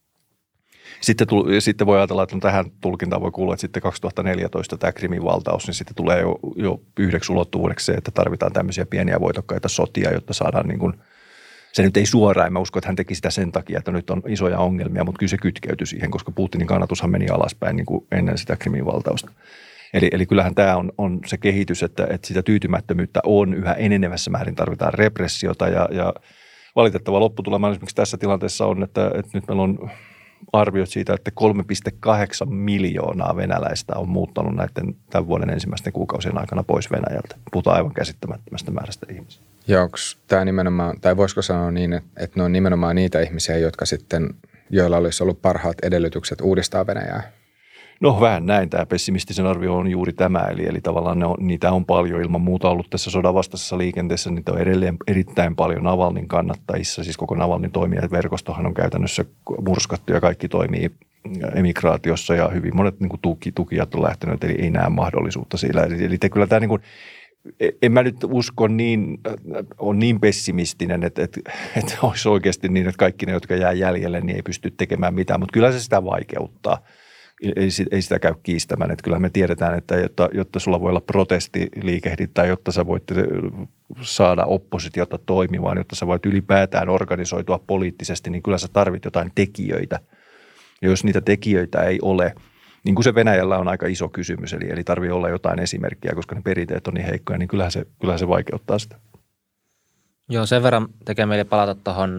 Sitten voi ajatella, että tähän tulkintaan voi kuulla, että sitten 2014 tämä Krimin valtaus, niin sitten tulee jo yhdeksi ulottuvuudeksi se, että tarvitaan tämmöisiä pieniä voitokkaita sotia, jotta saadaan niin kuin, se nyt ei suoraan, en mä usko, että hän teki sitä sen takia, että nyt on isoja ongelmia, mutta kyllä se kytkeytyi siihen, koska Putinin kannatushan meni alaspäin niin kuin ennen sitä Krimin valtausta. Eli kyllähän tämä on se kehitys, että sitä tyytymättömyyttä on yhä enenevässä määrin, tarvitaan repressiota ja valitettava lopputulema esimerkiksi tässä tilanteessa on, että nyt meillä on arviot siitä, että 3,8 miljoonaa venäläistä on muuttanut tämän vuoden ensimmäisten kuukausien aikana pois Venäjältä. Puhutaan aivan käsittämättömästä määrästä ihmisiä. Ja onko tämä nimenomaan, tai voisiko sanoa niin, että ne on nimenomaan niitä ihmisiä, joilla olisi ollut parhaat edellytykset uudistaa Venäjää? No vähän näin. Tämä pessimistisen arvio on juuri tämä, eli tavallaan niitä on paljon ilman muuta ollut tässä sodan vastaisessa liikenteessä. Niitä on edelleen erittäin paljon Navalnin kannattajissa, siis koko Navalnin toimijaverkostohan on käytännössä murskattu ja kaikki toimii emigraatiossa ja hyvin monet niin kuin tukijat on lähtenyt, eli ei näe mahdollisuutta siellä. Eli kyllä tämä niin kuin, en mä nyt usko on niin pessimistinen, että olisi oikeasti niin, että kaikki ne, jotka jää jäljelle, niin ei pysty tekemään mitään, mutta kyllä se sitä vaikeuttaa. Ei sitä käy kiistämään, että kyllä me tiedetään, että jotta sulla voi olla protestiliikehdit tai jotta sä voit saada oppositiota toimimaan, jotta sä voit ylipäätään organisoitua poliittisesti, niin kyllä sä tarvit jotain tekijöitä. Ja jos niitä tekijöitä ei ole, niin kuin se Venäjällä on aika iso kysymys, eli tarvii olla jotain esimerkkiä, koska ne perinteet on niin heikkoja, niin kyllähän se vaikeuttaa sitä. Joo, sen verran tekee meille palata tuohon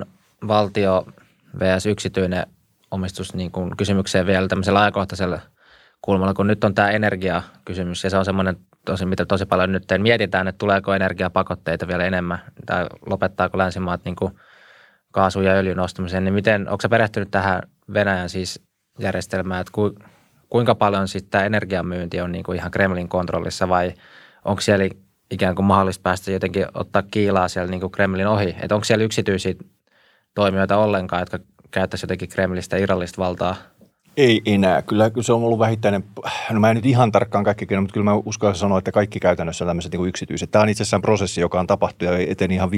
valtio vs. yksityinen omistus niin kuin kysymykseen vielä tämmöisellä ajankohtaisella kulmalla, kun nyt on tämä energiakysymys ja se on semmoinen mitä tosi paljon nyt mietitään, että tuleeko energiapakotteita vielä enemmän tai lopettaako länsimaat niin kuin kaasun ja öljyn ostamiseen, niin onko sä perehtynyt tähän Venäjän siis järjestelmään, että kuinka paljon sitten tämä energiamyynti on niin kuin ihan Kremlin kontrollissa vai onko siellä ikään kuin mahdollista päästä jotenkin ottaa kiilaa siellä niin kuin Kremlin ohi, että onko siellä yksityisiä toimijoita ollenkaan, jotka käyttäisi jotenkin Kremlistä irrallista valtaa? Ei enää. Kyllä se on ollut vähittäinen, no mä en nyt ihan tarkkaan kaikki, mutta kyllä mä uskallan sanoa, että kaikki käytännössä tämmöiset niin kuin yksityiset. Tämä on itse asiassa prosessi, joka on tapahtunut ja eteni ihan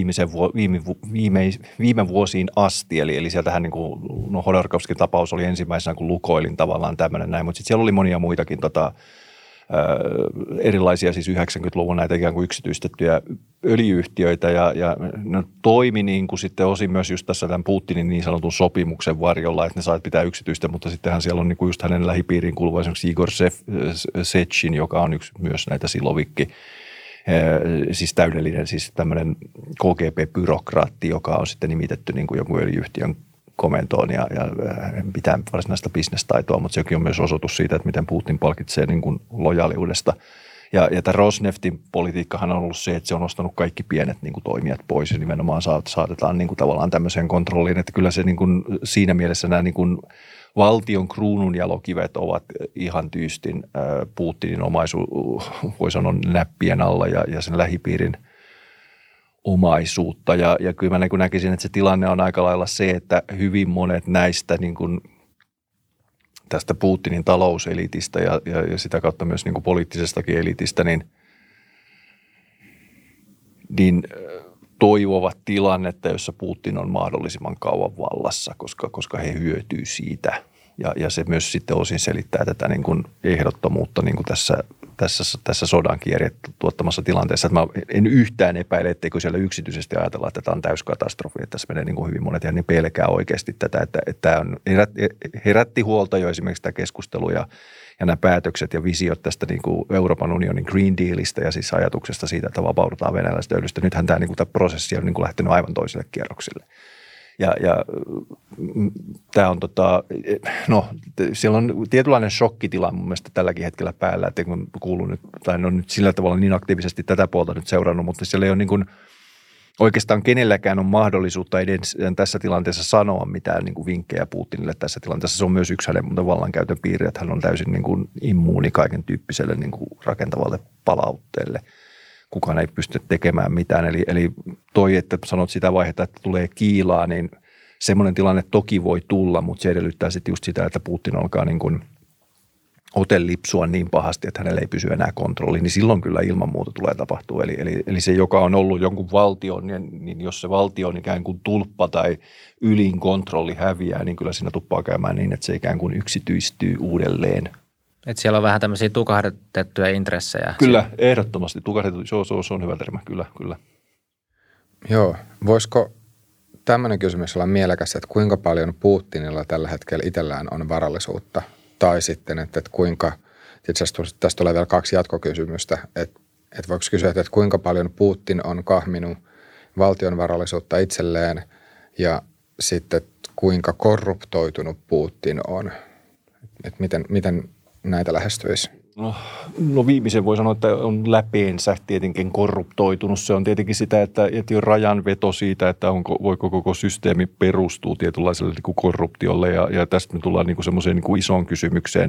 viime vuosiin asti. Eli sieltähän niin kuin, no Hodorkovskin tapaus oli ensimmäisenä, kun Lukoilin tavallaan tämmöinen näin, mutta sitten siellä oli monia muitakin erilaisia siis 90-luvun näitä ikään kuin yksityistettyjä öljyyhtiöitä ja ne toimi niin kuin sitten osin myös just tässä tämän Putinin niin sanotun sopimuksen varjolla, että ne sait pitää yksityistä, mutta sittenhän siellä on niin kuin just hänen lähipiiriin kuuluva esimerkiksi Igor Sechin, joka on yksi myös näitä Silovikki, siis täydellinen siis tämmöinen KGB-byrokraatti, joka on sitten nimitetty niin kuin jonkun öljyyhtiön komentoon ja pitää varsinaista bisnestaitoa, mutta sekin on myös osoitus siitä, että miten Putin palkitsee niin kuin lojaaliudesta. Ja tämä Rosneftin politiikkahan on ollut se, että se on nostanut kaikki pienet niin kuin toimijat pois ja nimenomaan saatetaan niin kuin tavallaan tämmöiseen kontrolliin, että kyllä se niin kuin siinä mielessä nämä niin kuin valtion kruununjalokivet ovat ihan tyystin Putinin voi sanoa näppien alla ja sen lähipiirin omaisuutta. Ja kyllä mä näkisin, että se tilanne on aika lailla se, että hyvin monet näistä niin kuin tästä Putinin talouselitistä ja sitä kautta myös niin kuin poliittisestakin elitistä, niin toivovat tilannetta, jossa Putin on mahdollisimman kauan vallassa, koska he hyötyy siitä. Ja se myös sitten osin selittää tätä niin kuin ehdottomuutta niin kuin tässä sodan tuottamassa tilanteessa. Että mä en yhtään epäile, etteikö siellä yksityisesti ajatella, että tämä on täyskatastrofi, että tässä menee niin kuin hyvin monet ja niin pelkää oikeasti tätä, että tämä on, herätti huolta jo esimerkiksi tämä keskustelu ja nämä päätökset ja visiot tästä niin kuin Euroopan unionin Green Dealista ja siis ajatuksesta siitä, että vapaudutaan venäläisestä öljystä. Nythän tämä, niin kuin tämä prosessi on niin kuin lähtenyt aivan toiselle kierroksille. Ja tämä on no siellä on tietynlainen shokkitila mun mielestä tälläkin hetkellä päällä, että kun kuuluu nyt, tai en ole nyt sillä tavalla niin aktiivisesti tätä puolta nyt seurannut, mutta siellä ei ole niin kuin oikeastaan kenelläkään on mahdollisuutta edes tässä tilanteessa sanoa mitään niin kuin vinkkejä Putinille tässä tilanteessa. Se on myös yksi hänen vallankäytön piirre, että hän on täysin niin kuin immuuni kaiken tyyppiselle niin kuin rakentavalle palautteelle. Kukaan ei pysty tekemään mitään. Eli toi, että sanot sitä vaihetta, että tulee kiilaa, niin semmoinen tilanne toki voi tulla, mutta se edellyttää sitten just sitä, että Putin alkaa niin kuin otelipsua niin pahasti, että hänellä ei pysy enää kontrolli, niin silloin kyllä ilman muuta tulee tapahtua. Eli se, joka on ollut jonkun valtion, niin jos se valtio on ikään kuin tulppa tai ylin kontrolli häviää, niin kyllä siinä tuppaa käymään niin, että se ikään kuin yksityistyy uudelleen. Että siellä on vähän tämmöisiä tukahdutettuja intressejä. Kyllä, ehdottomasti. Tukahdutettu, se on hyvä termi, kyllä. Joo, voisiko tämmöinen kysymys olla mielekäs, että kuinka paljon Putinilla tällä hetkellä itsellään on varallisuutta? Tai sitten, että kuinka, itse asiassa tästä tulee vielä 2 jatkokysymystä, että voiko kysyä, että kuinka paljon Putin on kahminut valtion varallisuutta itselleen ja sitten kuinka korruptoitunut Putin on, että miten näitä lähestyisi? No viimeisen voi sanoa, että on läpeensä tietenkin korruptoitunut. Se on tietenkin sitä, että on rajanveto siitä, että voiko koko systeemi perustuu tietynlaiselle niin kuin korruptiolle. Ja tästä me tullaan niin kuin semmoiseen niin kuin isoon kysymykseen,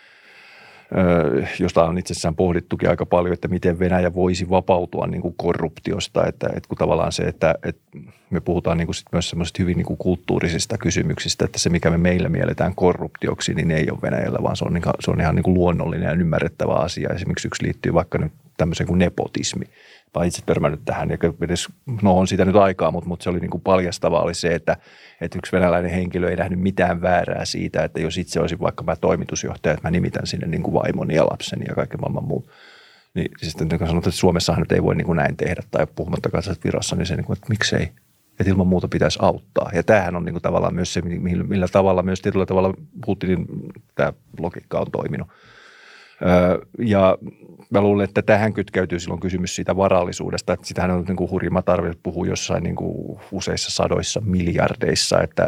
josta on itsessään pohdittukin aika paljon, että miten Venäjä voisi vapautua niin kuin korruptiosta. Että kun tavallaan se, että me puhutaan niin kuin sit myös semmoisista hyvin niin kuin kulttuurisista kysymyksistä, että se mikä me meillä mielletään korruptioksi, niin ei ole Venäjällä, vaan se on ihan niin kuin luonnollinen ja ymmärrettävä asia. Esimerkiksi yksi liittyy vaikka nyt tämmöiseen kuin nepotismi. Mä itse törmännyt tähän, ja edes, on siitä nyt aikaa, mutta se oli niin kuin paljastavaa oli se, että yksi venäläinen henkilö ei nähnyt mitään väärää siitä, että jos itse olisin vaikka mä toimitusjohtaja, että mä nimitän sinne niin kuin vaimoni ja lapseni ja kaiken maailman muut. Niin sitten sanotaan, että Suomessahan nyt ei voi niin kuin näin tehdä tai puhumattakaan Virossa, niin se niin kuin, että miksei, että ilman muuta pitäisi auttaa. Ja tämähän on niin kuin tavallaan myös se, millä tavalla myös tietyllä tavalla Putinin tämä logiikka on toiminut. Ja mä luulen, että tähän kytkeytyy silloin kysymys siitä varallisuudesta, että sitähän on niin kuin hurjima tarve puhua jossain niin kuin useissa sadoissa miljardeissa, että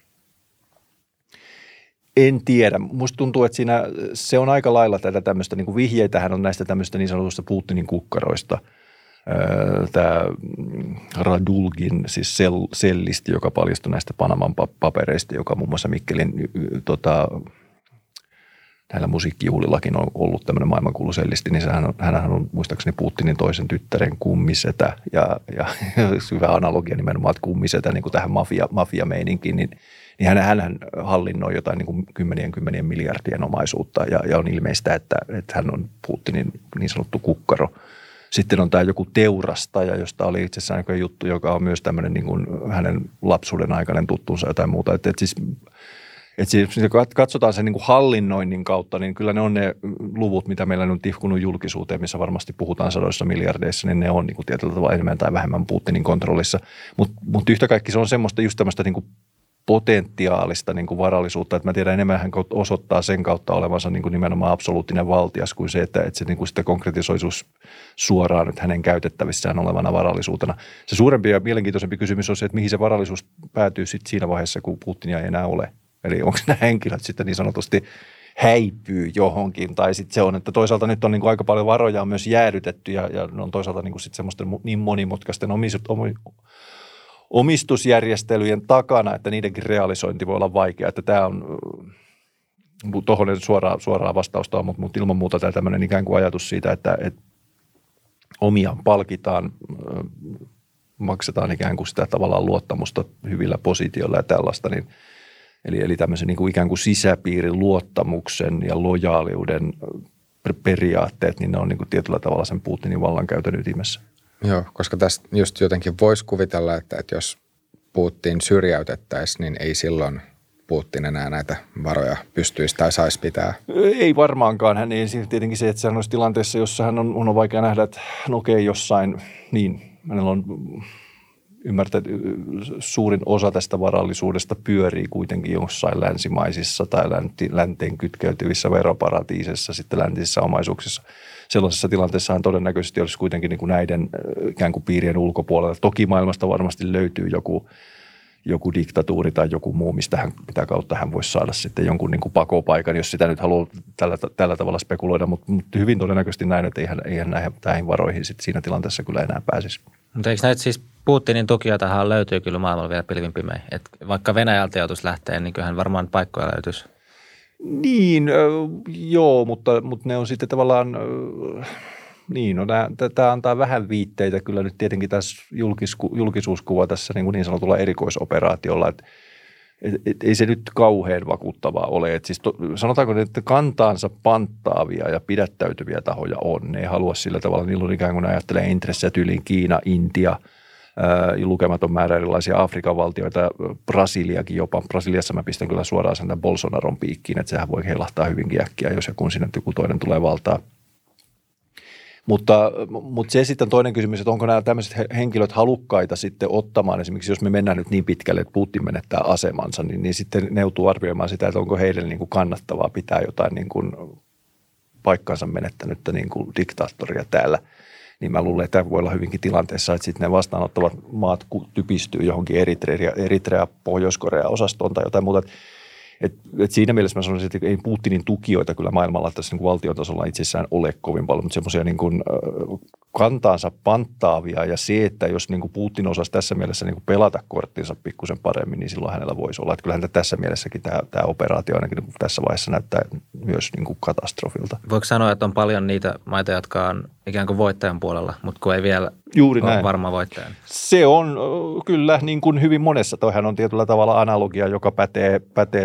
en tiedä. Musta tuntuu, että siinä se on aika lailla tätä tämmöistä, niin kuin vihjeitähän on näistä tämmöistä niin sanotusta Putinin kukkaroista. Tämä Radulgin, siis sellisti, joka paljastui näistä Panaman papereista, joka muun muassa Mikkelin näillä musiikkijuhlillakin on ollut tämmöinen maailmankuulu sellisti, niin hänhän on muistaakseni Putinin toisen tyttären kummisetä ja hyvä analogia nimenomaan, että kummisetä niin kuin tähän mafia-meininkiin, niin hänhän hallinnoi jotain niin kuin kymmenien miljardien omaisuutta ja on ilmeistä, että hän on Putinin niin sanottu kukkaro. Sitten on tämä joku teurastaja, josta oli itse asiassa aika juttu, joka on myös tämmöinen niin kuin hänen lapsuuden aikainen tuttunsa jotain muuta. Että siis katsotaan sen niin kuin hallinnoinnin kautta, niin kyllä ne on ne luvut, mitä meillä on tihkunut julkisuuteen, missä varmasti puhutaan sadoissa miljardeissa, niin ne on niin kuin tietyllä tavalla enemmän tai vähemmän Putinin kontrollissa. Mutta yhtä kaikki se on semmoista just tämmöistä niin kuin potentiaalista niin kuin varallisuutta, että mä tiedän enemmän hän osoittaa sen kautta olevansa niin kuin nimenomaan absoluuttinen valtias kuin se, että se niin kuin sitten konkretisoisuus suoraan nyt hänen käytettävissään olevana varallisuutena. Se suurempi ja mielenkiintoisempi kysymys on se, että mihin se varallisuus päätyy sitten siinä vaiheessa, kun Putinia ei enää ole. Eli onko nämä henkilöt sitten niin sanotusti häipyy johonkin, tai sitten se on, että toisaalta nyt on niin kuin aika paljon varoja on myös jäädytetty ja ne on toisaalta niin kuin sitten semmoisten niin monimutkaisten omistusjärjestelyjen takana, että niidenkin realisointi voi olla vaikea, että tämä on, tuohon suoraa vastausta on, mutta ilman muuta tämä tämmöinen ikään kuin ajatus siitä, että omiaan palkitaan, maksetaan ikään kuin sitä tavallaan luottamusta hyvillä positioilla ja tällaista, niin eli tämmöisen niin kuin ikään kuin sisäpiirin luottamuksen ja lojaaliuden periaatteet, niin ne on niin kuin tietyllä tavalla sen Putinin vallankäytön ytimessä. Joo, koska tästä just jotenkin voisi kuvitella, että jos Putin syrjäytettäisiin, niin ei silloin Putin enää näitä varoja pystyisi tai saisi pitää. Ei varmaankaan. Hän ei tietenkin se, että hän olisi tilanteessa, jossa hän on vaikea nähdä, että okei, jossain, niin hänellä on ymmärtää, että suurin osa tästä varallisuudesta pyörii kuitenkin jossain länsimaisissa tai länteen kytkeytyvissä veroparatiisissa, sitten läntisissä omaisuuksissa. Sellaisessa tilanteessa hän todennäköisesti olisi kuitenkin niin kuin näiden ikään kuin piirien ulkopuolella. Toki maailmasta varmasti löytyy joku diktatuuri tai joku muu, mitä kautta hän voisi saada sitten jonkun niin kuin pakopaikan, jos sitä nyt haluaa tällä tavalla spekuloida, mutta hyvin todennäköisesti näin, että eihän näihin varoihin sitten siinä tilanteessa kyllä enää pääsisi. Mutta eikö näitä siis Putinin tukijoitahan löytyy kyllä maailmalla vielä pilvin pimein? Vaikka Venäjältä joutuisi lähteä, niin kyllähän varmaan paikkoja löytyisi. Niin, joo, mutta ne on sitten tavallaan, niin, no tämä antaa vähän viitteitä kyllä nyt tietenkin tässä julkisuuskuva tässä niin sanotulla erikoisoperaatiolla, että ei se nyt kauhean vakuuttavaa ole. Että siis sanotaanko, että kantaansa panttaavia ja pidättäytyviä tahoja on. Ne ei halua sillä tavalla, niillä on ikään kuin ajattelee intressejä tyyliin Kiina, Intia, lukematon määrä erilaisia Afrikan valtioita, Brasiliakin jopa. Brasiliassa mä pistän kyllä suoraan sen Bolsonaron piikkiin, että sehän voi heilahtaa hyvinkin äkkiä, jos ja kun sinne joku toinen tulee valtaan. Mutta se sitten toinen kysymys, että onko nämä tämmöiset henkilöt halukkaita sitten ottamaan, esimerkiksi jos me mennään nyt niin pitkälle, että Putin menettää asemansa, niin sitten ne joutuu arvioimaan sitä, että onko heidän niin kuin kannattavaa pitää jotain niin kuin paikkansa menettänyttä niin kuin diktaattoria täällä. Niin mä luulen, että tämä voi olla hyvinkin tilanteessa, että sitten ne vastaanottavat maat typistyy johonkin Eritrea, Pohjois-Korea-osastoon tai jotain muuta. Et siinä mielessä mä sanoisin, että ei Putinin tukijoita kyllä maailmalla tässä niin kuin valtion tasolla itsessään ole kovin paljon, mutta semmoisia niin kuin kantaansa panttaavia ja se, että jos niin kuin Putin osasi tässä mielessä niin kuin pelata korttinsa pikkusen paremmin, niin silloin hänellä voisi olla. Että kyllähän tässä mielessäkin tämä operaatio ainakin tässä vaiheessa näyttää myös niin kuin katastrofilta. Voiko sanoa, että on paljon niitä maita, jotka on ikään kuin voittajan puolella, mutta kun ei vielä juuri ole näin. Varma voittajan? Se on kyllä niin kuin hyvin monessa. Toihan on tietyllä tavalla analogia, joka pätee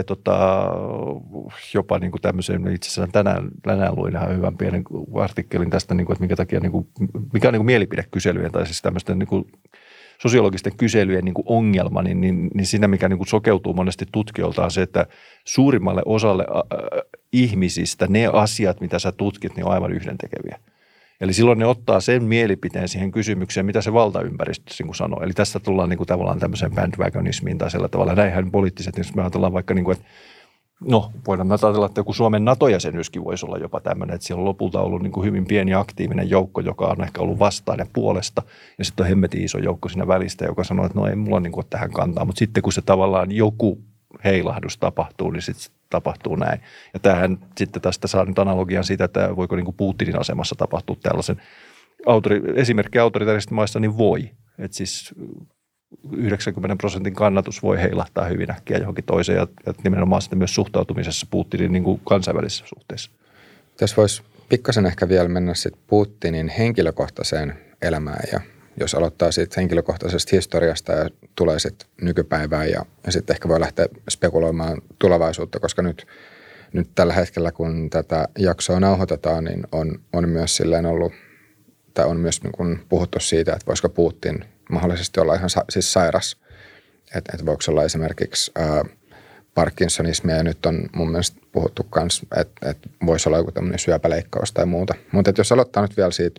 jopa niin kuin tämmöiseen, itse asiassa tänään luin ihan hyvän pienen artikkelin tästä, niin kuin, että minkä takia, niin kuin, mikä on niin kuin mielipidekyselyjen tai siis tämmöisten niin kuin sosiologisten kyselyjen niin kuin ongelma, niin siinä mikä niin kuin sokeutuu monesti tutkijoilta on se, että suurimmalle osalle ihmisistä ne asiat, mitä sä tutkit, niin on aivan yhdentekeviä. Eli silloin ne ottaa sen mielipiteen siihen kysymykseen, mitä se valtaympäristö niin kuin sanoo. Eli tässä tullaan niin kuin tavallaan tämmöiseen bandwagonismiin tai sillä tavalla. Näinhän poliittiset, jos me ajatellaan vaikka, niin kuin, että No, voidaan ajatella, että joku Suomen NATO-jäsenyyskin voisi olla jopa tämmöinen, että siellä on lopulta ollut niin kuin hyvin pieni aktiivinen joukko, joka on ehkä ollut vastainen puolesta, ja sitten on hemmetin iso joukko siinä välistä, joka sanoo, että no ei mulla niin kuin tähän kantaa, mutta sitten kun se tavallaan joku heilahdus tapahtuu, niin sitten tapahtuu näin. Ja tämähän sitten tästä saa nyt analogian siitä, että voiko niin kuin Putinin asemassa tapahtua tällaisen esimerkki autoritarisista maissa, niin voi. Että siis 90% kannatus voi heilahtaa hyvin äkkiä johonkin toiseen ja nimenomaan sitten myös suhtautumisessa Putinin niin kuin kansainvälisissä suhteissa. Tässä voisi pikkasen ehkä vielä mennä sitten Putinin henkilökohtaiseen elämään ja jos aloittaa siitä henkilökohtaisesta historiasta ja tulee sitten nykypäivään ja sitten ehkä voi lähteä spekuloimaan tulevaisuutta, koska nyt tällä hetkellä, kun tätä jaksoa nauhoitetaan, niin on myös silleen ollut, tai on myös niin kuin puhuttu siitä, että voisiko Putin mahdollisesti olla ihan siis sairas, että voiko olla esimerkiksi Parkinsonismia ja nyt on mun mielestä puhuttu myös, että voisi olla joku tämmöinen syöpäleikkaus tai muuta. Mutta jos aloittaa nyt vielä siitä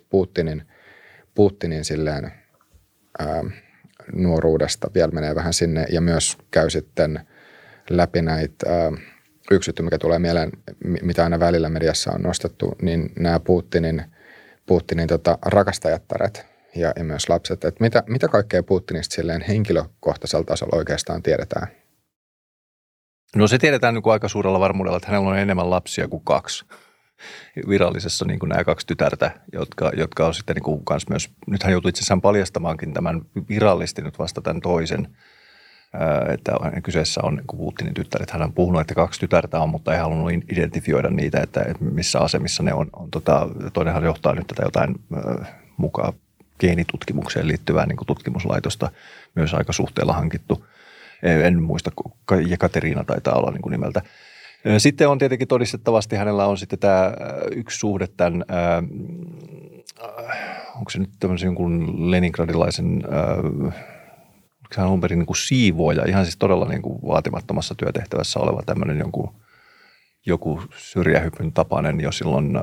Putinin silleen nuoruudesta, vielä menee vähän sinne ja myös käy sitten läpi näitä yksityisiä, mikä tulee mieleen, mitä aina välillä mediassa on nostettu, niin nämä Putinin rakastajattaret ja myös lapset. Että mitä kaikkea Putinista silleen henkilökohtaisella tasolla oikeastaan tiedetään? No se tiedetään niin kuin aika suurella varmuudella, että hänellä on enemmän lapsia kuin 2. Virallisessa niin kuin nämä 2 tytärtä, jotka on sitten niin kuin kans myös, nyt hän joutui itse asiassa paljastamaankin tämän virallisesti nyt vasta tämän toisen, että kyseessä on niin kuin Putinin tyttäret. Hän on puhunut, että 2 tytärtä on, mutta ei halunnut identifioida niitä, että missä asemissa ne on. Toinenhan johtaa nyt tätä jotain mukaan geenitutkimukseen liittyvää niin kuin tutkimuslaitosta, myös aika suhteella hankittu. En muista, Kateriina taitaa olla niin kuin nimeltä. Sitten on tietenkin todistettavasti, hänellä on sitten tämä yksi suhde tämän, onko se nyt tämmöisen jonkun leningradilaisen, onko hän alun perin niin kuin siivooja, ihan siis todella niin kuin vaatimattomassa työtehtävässä oleva tämmöinen joku syrjähypyn tapainen jo silloin,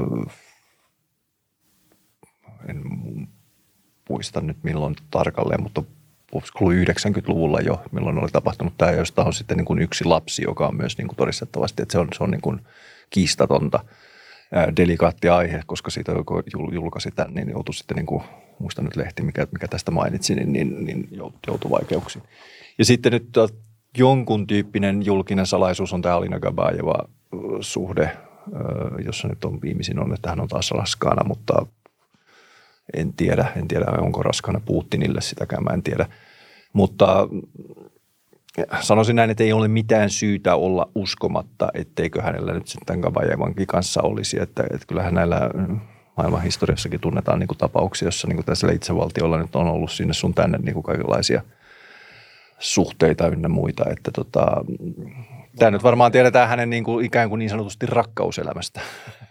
en muista nyt milloin tarkalleen, mutta 90-luvulla jo, milloin oli tapahtunut tämä, josta on sitten niin kuin yksi lapsi, joka on myös niin kuin todistettavasti, että se on niin kuin kiistatonta, delikaatti aihe, koska siitä julkaisi tämän, niin joutui sitten, niin kuin, muistan nyt lehti, mikä tästä mainitsi, niin joutui vaikeuksiin. Ja sitten nyt jonkun tyyppinen julkinen salaisuus on tämä Alina Gabajeva suhde, jossa nyt on viimeisin on, että hän on taas raskaana, mutta en tiedä, onko raskaana Putinille, sitäkään mä en tiedä. Mutta sanoisin näin, että ei ole mitään syytä olla uskomatta, etteikö hänellä nyt sitten Gabajevankin kanssa olisi. Että kyllähän näillä maailman historiassakin tunnetaan niin kuin tapauksia, jossa niin kuin tässä itsevaltiolla nyt on ollut sinne sun tänne niin kuin kaikenlaisia suhteita ynnä muita. Että tämä nyt varmaan tiedetään hänen niin kuin ikään kuin niin sanotusti rakkauselämästä.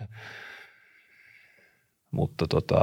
Mutta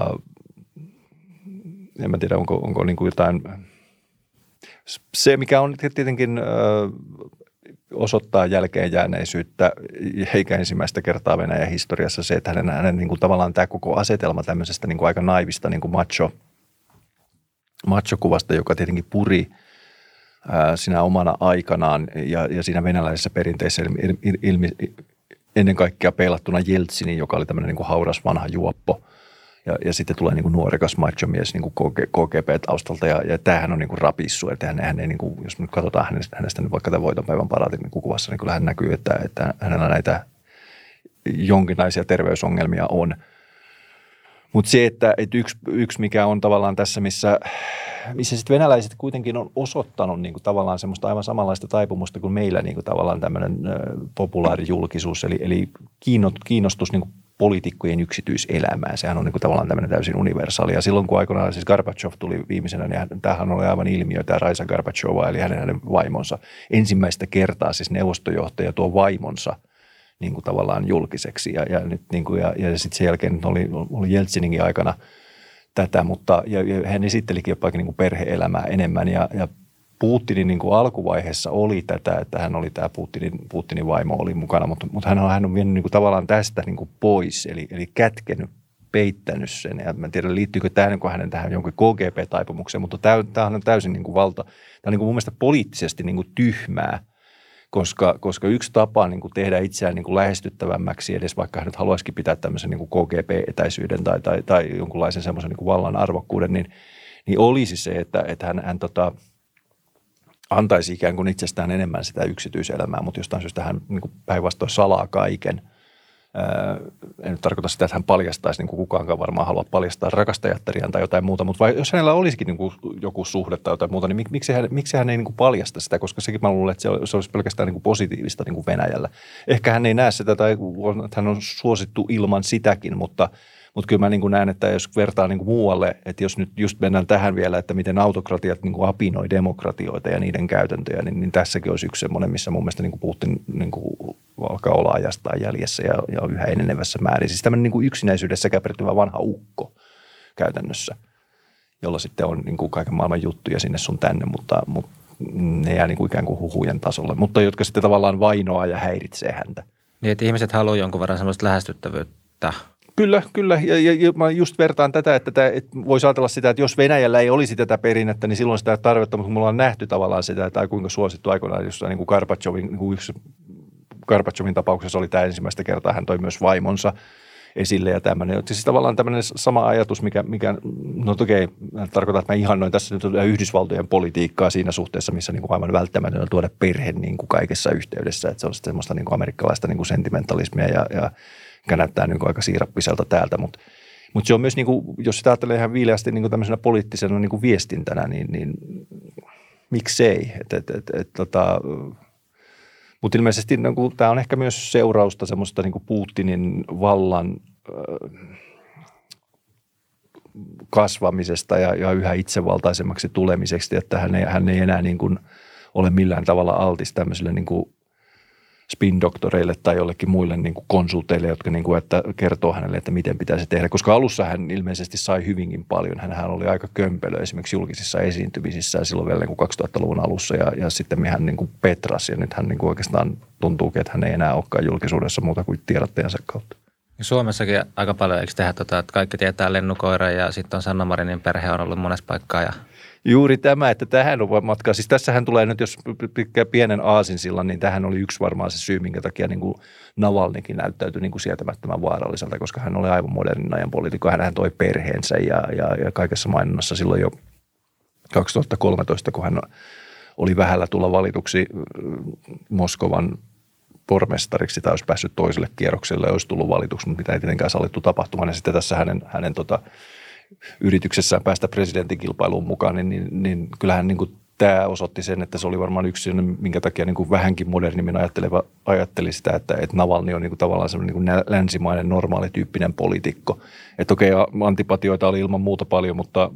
en mä tiedä, onko niin kuin jotain. Se, mikä on tietenkin osoittaa jälkeenjääneisyyttä, eikä ensimmäistä kertaa Venäjän historiassa se, että hänen niin kuin tavallaan tämä koko asetelma tämmöisestä niin kuin aika naivista niin kuin macho-kuvasta, joka tietenkin puri siinä omana aikanaan ja siinä venäläisessä perinteessä ennen kaikkea peilattuna Jeltsinin, joka oli tämmöinen niin kuin hauras vanha juoppo. Ja sitten tulee niin kuin nuorekas macho-mies niin kuin KGB-taustalta ja tämähän on niin kuin rapissu. Että hän ei, niin kuin, jos nyt katsotaan hänestä nyt vaikka tämän voitonpäivän paraatin niin kuvassa, niin kyllä hän näkyy, että hänellä näitä jonkinlaisia terveysongelmia on. Mutta se, että yksi mikä on tavallaan tässä, missä sitten venäläiset kuitenkin on osoittanut niin kuin tavallaan semmoista aivan samanlaista taipumusta kuin meillä niin kuin tavallaan tämmöinen populaarijulkisuus, eli kiinnostus niin kuin poliitikkojen yksityiselämään. Sehän on niin kuin tavallaan tämmöinen täysin universaali. Ja silloin kun aikoinaan siis Gorbachev tuli viimeisenä, niin tämähän oli aivan ilmiö, tämä Raisa Gorbachev, eli hänen vaimonsa. Ensimmäistä kertaa siis neuvostojohtaja tuo vaimonsa niin kuin tavallaan julkiseksi. Ja nyt niin kuin, ja sitten sen jälkeen oli Jeltsininkin aikana tätä, mutta ja hän esittelikin jopa niin kuin perhe-elämää enemmän. Ja Putinin niin kuin alkuvaiheessa oli tätä, että hän oli tämä Putinin vaimo oli mukana, mutta hän on vienyt niin kuin tavallaan tästä niin kuin pois, eli kätkenyt, peittänyt sen. Ja mä en tiedä, liittyykö tämä niin kuin hänen tähän jonkin KGB-taipumukseen, mutta tämä on täysin niin kuin tämä on niin kuin mun mielestä poliittisesti niin kuin tyhmää, koska yksi tapa niin kuin tehdä itseään niin kuin lähestyttävämmäksi, edes vaikka hän nyt haluaisikin pitää tämmöisen niin kuin KGB-etäisyyden tai jonkunlaisen semmoisen niin kuin vallan arvokkuuden, niin olisi se, että hän antaisi ikään kuin itsestään enemmän sitä yksityiselämää, mutta jostain syystä hän niin kuin päinvastoin salaa kaiken. En nyt tarkoita sitä, että hän paljastaisi, niin kuin kukaankaan varmaan halua paljastaa rakastajattariaan tai jotain muuta, mutta jos hänellä olisikin niin kuin joku suhde tai jotain muuta, niin miksi hän ei niin kuin paljasta sitä, koska sekin mä luulen, että se olisi pelkästään niin kuin positiivista niin kuin Venäjällä. Ehkä hän ei näe sitä tai että hän on suosittu ilman sitäkin, mutta kyllä mä niin kuin näen, että jos vertaa niin kuin muualle, että jos nyt just mennään tähän vielä, että miten autokratiat niin kuin apinoi demokratioita ja niiden käytäntöjä, niin tässäkin olisi yksi semmoinen, missä mun mielestä niin kuin Putin niin kuin alkaa olla ajastaan jäljessä ja yhä enenevässä määrin. Siis tämmöinen niin kuin yksinäisyydessä käpertyvä vanha ukko käytännössä, jolla sitten on niin kuin kaiken maailman juttuja sinne sun tänne, mutta ne jää niin kuin ikään kuin huhujen tasolle, mutta jotka sitten tavallaan vainoaa ja häiritsee häntä. Niin, että ihmiset haluaa jonkun verran semmoista lähestyttävyyttä. Kyllä. Ja mä just vertaan tätä, että voisi ajatella sitä, että jos Venäjällä ei olisi tätä perinnettä, niin silloin sitä tarvetta, mutta mulla on nähty tavallaan sitä, että kuinka suosittu aikoinaan, jossa niin kuin Gorbatsovin tapauksessa oli tämä ensimmäistä kertaa, hän toi myös vaimonsa esille ja tämmöinen. Siis tavallaan tämmöinen sama ajatus, mikä no okei, tarkoittaa, että mä ihannoin tässä nyt Yhdysvaltojen politiikkaa siinä suhteessa, missä niin kuin aivan välttämätöntä tuoda perhe niin kuin kaikessa yhteydessä, että se on semmoista niin kuin amerikkalaista niin kuin sentimentalismia ja näyttää niin kuin aika siirappiselta täältä, mutta se on myös, niin kuin, jos sitä ajattelee ihan viileästi niin kuin tämmöisenä poliittisena niin kuin viestintänä, niin miksei? Mutta ilmeisesti niin kuin, tämä on ehkä myös seurausta semmoista niin kuin Putinin vallan kasvamisesta ja yhä itsevaltaisemmaksi tulemiseksi, että hän ei enää niin kuin ole millään tavalla altis tämmöiselle niin kuin spin-doktoreille tai jollekin muille niin kuin konsulteille, jotka niin kuin, että kertoo hänelle, että miten pitäisi tehdä. Koska alussa hän ilmeisesti sai hyvinkin paljon. Hän oli aika kömpelö esimerkiksi julkisissa esiintymisissä silloin vielä niin kuin 2000-luvun alussa ja sitten hän niin kuin petrasi ja nyt hän niin kuin oikeastaan tuntuukin, että hän ei enää olekaan julkisuudessa muuta kuin tiedottajansa kautta. Suomessakin aika paljon eikö tehdä että kaikki tietää Lennu-koira ja sitten on Sanna Marinin perhe on ollut monessa paikkaa ja juuri tämä, että tähän on matkaa. Siis tässähän tulee nyt, jos pienen aasinsillan, niin tähän oli yksi varmaan se syy, minkä takia niin kuin Navalnykin näyttäytyi niin kuin sietämättömän vaaralliselta, koska hän oli aivan modernin ajan poliitikko. Hän toi perheensä ja kaikessa mainonnassa silloin jo 2013, kun hän oli vähällä tulla valituksi Moskovan pormestariksi tai olisi päässyt toiselle kierrokselle ja olisi tullut valituksi, mutta mitä ei tietenkään sallittu tapahtumaan. Ja sitten tässä hänen yrityksessään päästä presidentin-kilpailuun mukaan, niin kyllähän niin kuin tämä osoitti sen, että se oli varmaan yksi, minkä takia niin kuin vähänkin modernimmin ajatteli sitä, että Navalny on niin kuin tavallaan semmoinen niin kuin länsimainen normaalityyppinen poliitikko. Että okei, antipatioita oli ilman muuta paljon, mutta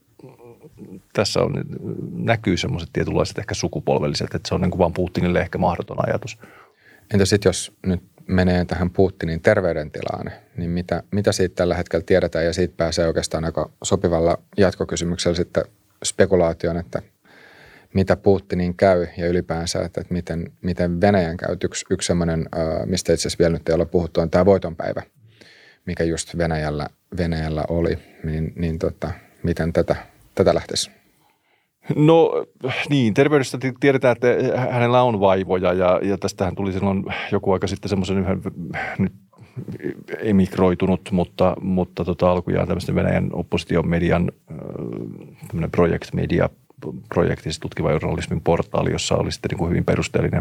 tässä näkyy semmoiset tietynlaiset ehkä sukupolvelliset, että se on niin kuin vaan Putinille ehkä mahdoton ajatus. Entä sitten jos nyt menee tähän Putinin terveydentilaan, niin mitä siitä tällä hetkellä tiedetään ja siitä pääsee oikeastaan aika sopivalla jatkokysymyksellä sitten spekulaatioon, että mitä Putinin käy ja ylipäänsä, että miten Venäjän käy. Yksi semmoinen, mistä itse asiassa vielä nyt ei ole puhuttu, on tämä voitonpäivä, mikä just Venäjällä oli, miten tätä lähtisi? No niin, terveydestä tiedetään, että hänellä on vaivoja ja tästähän tuli silloin joku aika sitten semmoisen yhden nyt emigroitunut, mutta alkujaan tämmöisen Venäjän oppositiomedian tämmöinen projektissa tutkiva journalismin portaali, jossa oli sitten niin kuin hyvin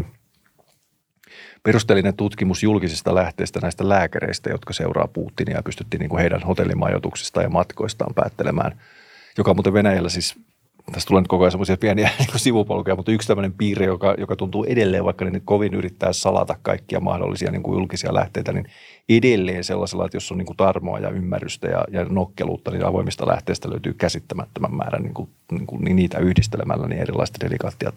perusteellinen tutkimus julkisista lähteistä näistä lääkäreistä, jotka seuraa Putinia ja pystyttiin niin kuin heidän hotellimajoituksistaan ja matkoistaan päättelemään, joka muuten Venäjällä siis tässä tulee nyt koko ajan semmoisia pieniä sivupolkuja, mutta yksi tämmöinen piirre, joka tuntuu edelleen, vaikka ne kovin yrittää salata kaikkia mahdollisia niin kuin julkisia lähteitä, niin edelleen sellaisella, että jos on niin kuin tarmoa ja ymmärrystä ja nokkeluutta, niin avoimista lähteistä löytyy käsittämättömän määrän niin niitä yhdistelemällä niin erilaista delikaattia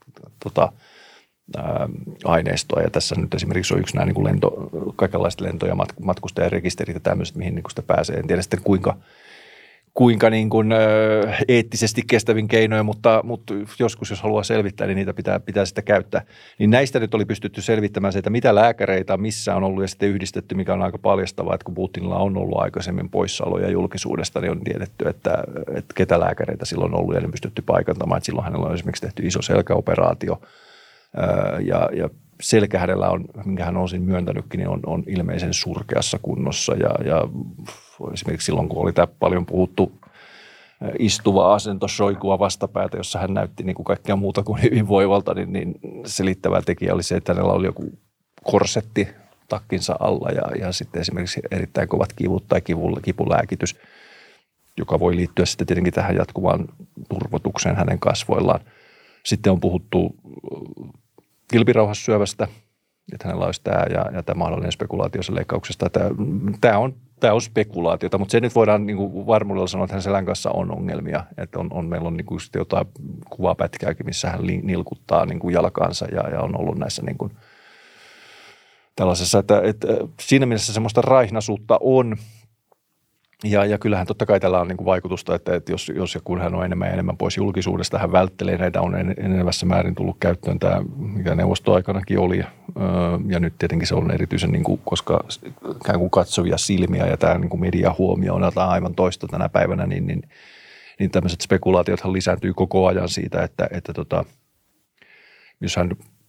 aineistoa. Ja tässä nyt esimerkiksi on yksi nämä niin kuin kaikenlaiset lento- ja matkustajarekisterit ja tämmöiset, mihin niin kuin sitä pääsee. En tiedä sitten kuinka niin kuin eettisesti kestävin keinoja, mutta joskus jos haluaa selvittää, niin niitä pitää sitä käyttää. Niin näistä nyt oli pystytty selvittämään se, että mitä lääkäreitä missä on ollut ja sitten yhdistetty, mikä on aika paljastavaa, että kun Putinilla on ollut aikaisemmin poissaoloja julkisuudesta, niin on tiedetty, että ketä lääkäreitä silloin on ollut ja ne pystytty paikantamaan. Että silloin hänellä on esimerkiksi tehty iso selkäoperaatio Ja selkä hänellä on, minkä hän on siinä myöntänytkin, niin on ilmeisen surkeassa kunnossa. Ja esimerkiksi silloin, kun oli tämä paljon puhuttu istuva asento Šoigua vastapäätä, jossa hän näytti niin kuin kaikkea muuta kuin hyvinvoivalta, niin selittävä tekijä oli se, että hänellä oli joku korsetti takkinsa alla ja sitten esimerkiksi erittäin kovat kivut tai kipulääkitys, joka voi liittyä sitten tietenkin tähän jatkuvaan turvotukseen hänen kasvoillaan. Sitten on puhuttu kilpirauhassyövästä, että hänellä olisi tämä ja tämä mahdollinen spekulaatio sen leikkauksesta. Tämä on spekulaatiota, mutta se nyt voidaan niin kuin varmuudella sanoa, että hänen selän kanssa on ongelmia. Että meillä on niin kuin jotain kuvapätkääkin, missä hän nilkuttaa niin kuin jalkaansa ja on ollut näissä niin kuin tällaisessa, että siinä mielessä semmoista raihnasuutta on. Ja kyllähän totta kai tällä on niin kuin vaikutusta, että jos ja kun hän on enemmän ja enemmän pois julkisuudesta, hän välttelee näitä, on enenevässä määrin tullut käyttöön tämä, mikä neuvostoaikanakin oli. Ja nyt tietenkin se on erityisen, niin kuin, koska ikään kuin katsovia silmiä ja tämä niin kuin mediahuomio on aivan toista tänä päivänä, niin tämmöiset spekulaatiothan lisääntyy koko ajan siitä, että jos hän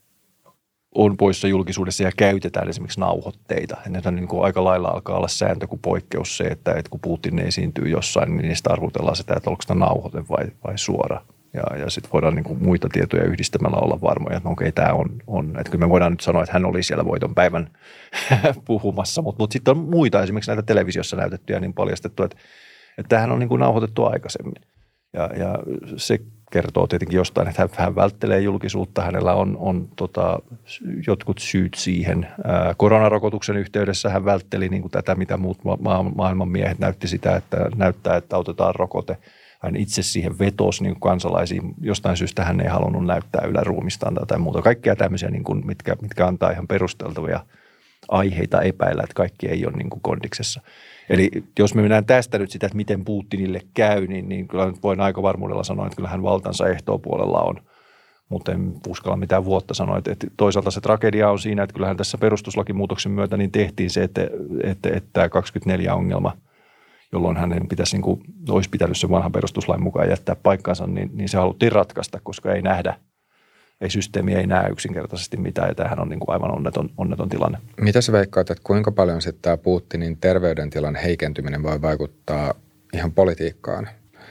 on poissa julkisuudessa ja käytetään esimerkiksi nauhoitteita. Nyt on niin kuin aika lailla alkaa olla sääntö kuin poikkeus se, että kun Putin esiintyy jossain, niin niistä arvutellaan sitä, että onko sitä nauhoite vai suora. Ja sitten voidaan niin kuin muita tietoja yhdistämällä olla varmoja, että okei, tämä on. Että kyllä me voidaan nyt sanoa, että hän oli siellä voiton päivän puhumassa, mutta sitten on muita, esimerkiksi näitä televisiossa näytettyjä niin paljastettu, että tämähän on niin kuin nauhoitettu aikaisemmin. Ja se kertoo tietenkin jostain, että hän välttelee julkisuutta. Hänellä on jotkut syyt siihen. Koronarokotuksen yhteydessä hän vältteli niin kuin tätä, mitä muut maailman miehet näyttää, että otetaan rokote. Hän itse siihen vetosi niin kuin kansalaisiin. Jostain syystä hän ei halunnut näyttää yläruumistaan tai muuta. Kaikkia tämmöisiä, niin kuin, mitkä antaa ihan perusteltavia aiheita epäillä, että kaikki ei ole niin kuin kondiksessa. Eli jos me mennään tästä nyt sitä, että miten Putinille käy, niin kyllä nyt voin aika varmuudella sanoa, että kyllä hän valtansa ehtoopuolella on. Mutta en uskalla mitään vuotta sanoa. Että toisaalta se tragedia on siinä, että kyllähän tässä perustuslakimuutoksen myötä niin tehtiin se, että tämä 24-ongelma, jolloin hänen pitäisi, niin kuin, olisi pitänyt sen vanhan perustuslain mukaan jättää paikkansa, niin se haluttiin ratkaista, koska systeemi ei näe yksinkertaisesti mitään, ja tämähän on niin kuin aivan onneton tilanne. Mitä sä veikkaat, että kuinka paljon sitten tämä Putinin terveydentilan heikentyminen voi vaikuttaa ihan politiikkaan?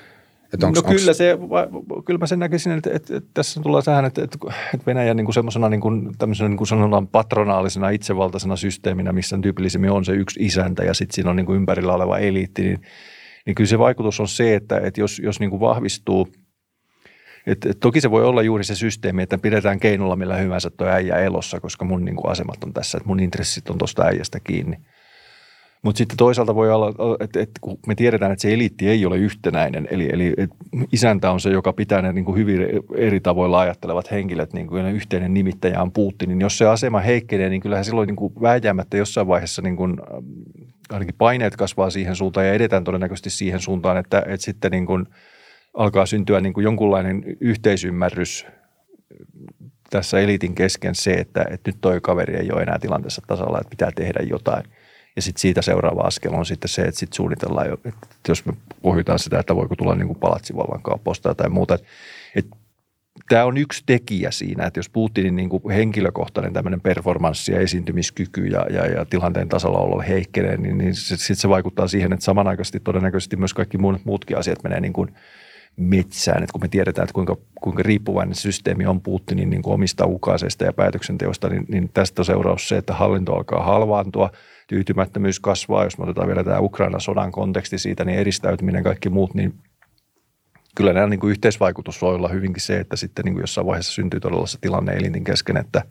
Kyllä mä sen näkisin, että tässä tullaan tähän, että Venäjä niin kuin semmoisena niin kuin tämmöisenä niin kuin sanotaan patronaalisena itsevaltaisena systeeminä, missä tyypillisemmin on se yksi isäntä ja sitten siinä on niin kuin ympärillä oleva eliitti, niin kyllä se vaikutus on se, että jos niin kuin vahvistuu. Toki se voi olla juuri se systeemi, että pidetään keinolla millä hyvänsä tuo äijä elossa, koska mun niin kuin asemat on tässä, että mun intressit on tuosta äijästä kiinni. Mutta sitten toisaalta voi olla, että kun me tiedetään, että se eliitti ei ole yhtenäinen, eli isäntä on se, joka pitää ne niin kuin hyvin eri tavoilla ajattelevat henkilöt, niin kuin yhteinen nimittäjä on Putin, niin jos se asema heikkenee, niin kyllähän silloin niin kuin vääjäämättä jossain vaiheessa niin kuin, ainakin paineet kasvaa siihen suuntaan ja edetään todennäköisesti siihen suuntaan, että sitten niin kuin alkaa syntyä niin kuin jonkunlainen yhteisymmärrys tässä eliitin kesken se, että nyt toi kaveri ei ole enää tilanteessa tasalla, että pitää tehdä jotain. Ja sitten siitä seuraava askel on sitten se, että sitten suunnitellaan jo, että jos me pohjutaan sitä, että voiko tulla niin kuin palatsivallan kaupposta tai muuta. Tämä on yksi tekijä siinä, että jos Putinin niin kuin henkilökohtainen tämmöinen performanssi ja esiintymiskyky ja tilanteen tasalla olla heikkenee, niin sitten se vaikuttaa siihen, että samanaikaisesti todennäköisesti myös kaikki muutkin asiat menee niin kuin metsään. Että kun me tiedetään, että kuinka riippuvainen systeemi on Putinin niin kuin omista ukaaseista ja päätöksenteosta, niin tästä on seuraus se, että hallinto alkaa halvaantua, tyytymättömyys kasvaa. Jos me otetaan vielä tämä Ukraina-sodan konteksti siitä, niin eristäytyminen ja kaikki muut, niin kyllä nämä niin kuin yhteisvaikutus voi olla hyvinkin se, että sitten niin kuin jossain vaiheessa syntyy todella se tilanne elintin kesken, että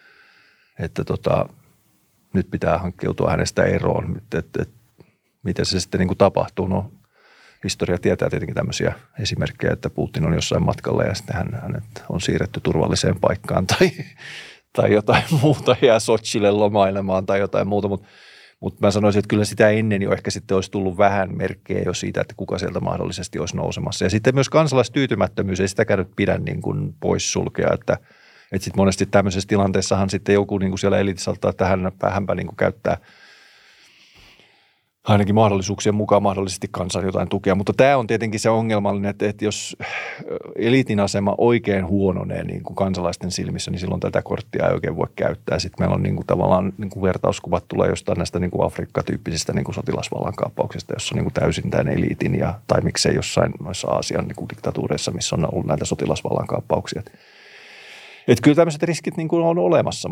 nyt pitää hankkiutua hänestä eroon. Miten se sitten niin kuin tapahtuu? No, historia tietää tietenkin tämmöisiä esimerkkejä, että Putin on jossain matkalla ja sitten hänet on siirretty turvalliseen paikkaan tai jotain muuta ja Sochille lomailemaan tai jotain muuta, mutta mä sanoisin, että kyllä sitä ennen jo ehkä sitten olisi tullut vähän merkkejä jo siitä, että kuka sieltä mahdollisesti olisi nousemassa. Ja sitten myös kansalaistyytymättömyys ei sitäkään nyt pidä niin kuin poissulkea, että sitten monesti tämmöisessä tilanteessahan sitten joku niin kuin siellä elitissä saattaa, että hänpä niin kuin käyttää ainakin mahdollisuuksien mukaan mahdollisesti kansan jotain tukea. Mutta tämä on tietenkin se ongelmallinen, että jos eliitin asema oikein huononee niin kuin kansalaisten silmissä, niin silloin tätä korttia ei oikein voi käyttää. Sitten meillä on niin kuin tavallaan niin kuin vertauskuvat tulee jostain näistä niin kuin Afrikka-tyyppisistä niin kuin sotilasvallankaappauksista, jossa on niin kuin täysin tämän eliitin tai miksei jossain noissa Aasian niin kuin diktatuureissa, missä on ollut näitä sotilasvallankaappauksia. Että kyllä tämmöiset riskit niin kuin on olemassa,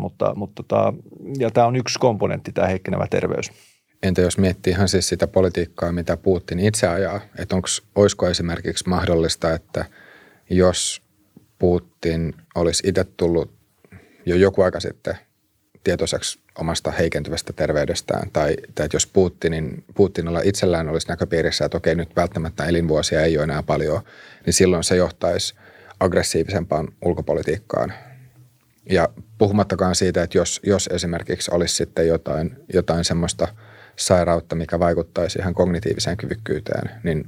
ja tämä on yksi komponentti, tämä heikkenevä terveys. Entä jos miettii ihan siis sitä politiikkaa, mitä Putin itse ajaa, että olisiko esimerkiksi mahdollista, että jos Putin olisi itse tullut jo joku aika sitten tietoiseksi omasta heikentyvästä terveydestään, tai että jos Putinilla itsellään olisi näköpiirissä, että okei, nyt välttämättä elinvuosia ei ole enää paljon, niin silloin se johtaisi aggressiivisempaan ulkopolitiikkaan. Ja puhumattakaan siitä, että jos esimerkiksi olisi sitten jotain semmoista sairautta, mikä vaikuttaisi ihan kognitiiviseen kyvykkyyteen, niin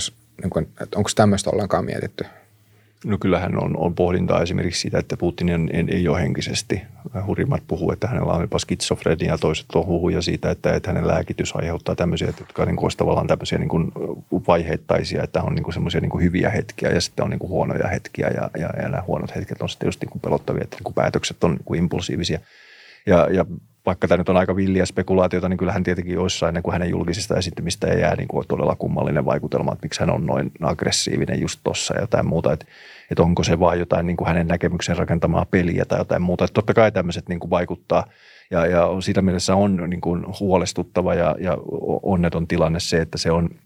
onko tämmöistä ollenkaan mietitty? No kyllähän on pohdintaa esimerkiksi siitä, että Putin ei ole henkisesti. Hurjimmat puhuu, että hänellä on jopa skitsofrenia ja toiset on huhuja siitä, että hänen lääkitys aiheuttaa tämmöisiä, jotka niin olisi tavallaan tämmöisiä niin kuin vaiheittaisia, että on niin kuin semmoisia niin kuin hyviä hetkiä ja sitten on niin kuin huonoja hetkiä ja nämä huonot hetket on sitten just niin kuin pelottavia, että niin kuin päätökset on niin kuin impulsiivisia. Ja vaikka tämä nyt on aika villiä spekulaatiota, niin kyllähän tietenkin joissain ennen kuin hänen julkisista esiintymistä ei jää niin kuin todella kummallinen vaikutelma, että miksi hän on noin aggressiivinen just tossa ja jotain muuta, että onko se vaan jotain niin kuin hänen näkemyksen rakentamaa peliä tai jotain muuta. Että totta kai tämmöiset niin kuin vaikuttaa ja siitä mielessä on niin kuin huolestuttava ja onneton tilanne se, että se on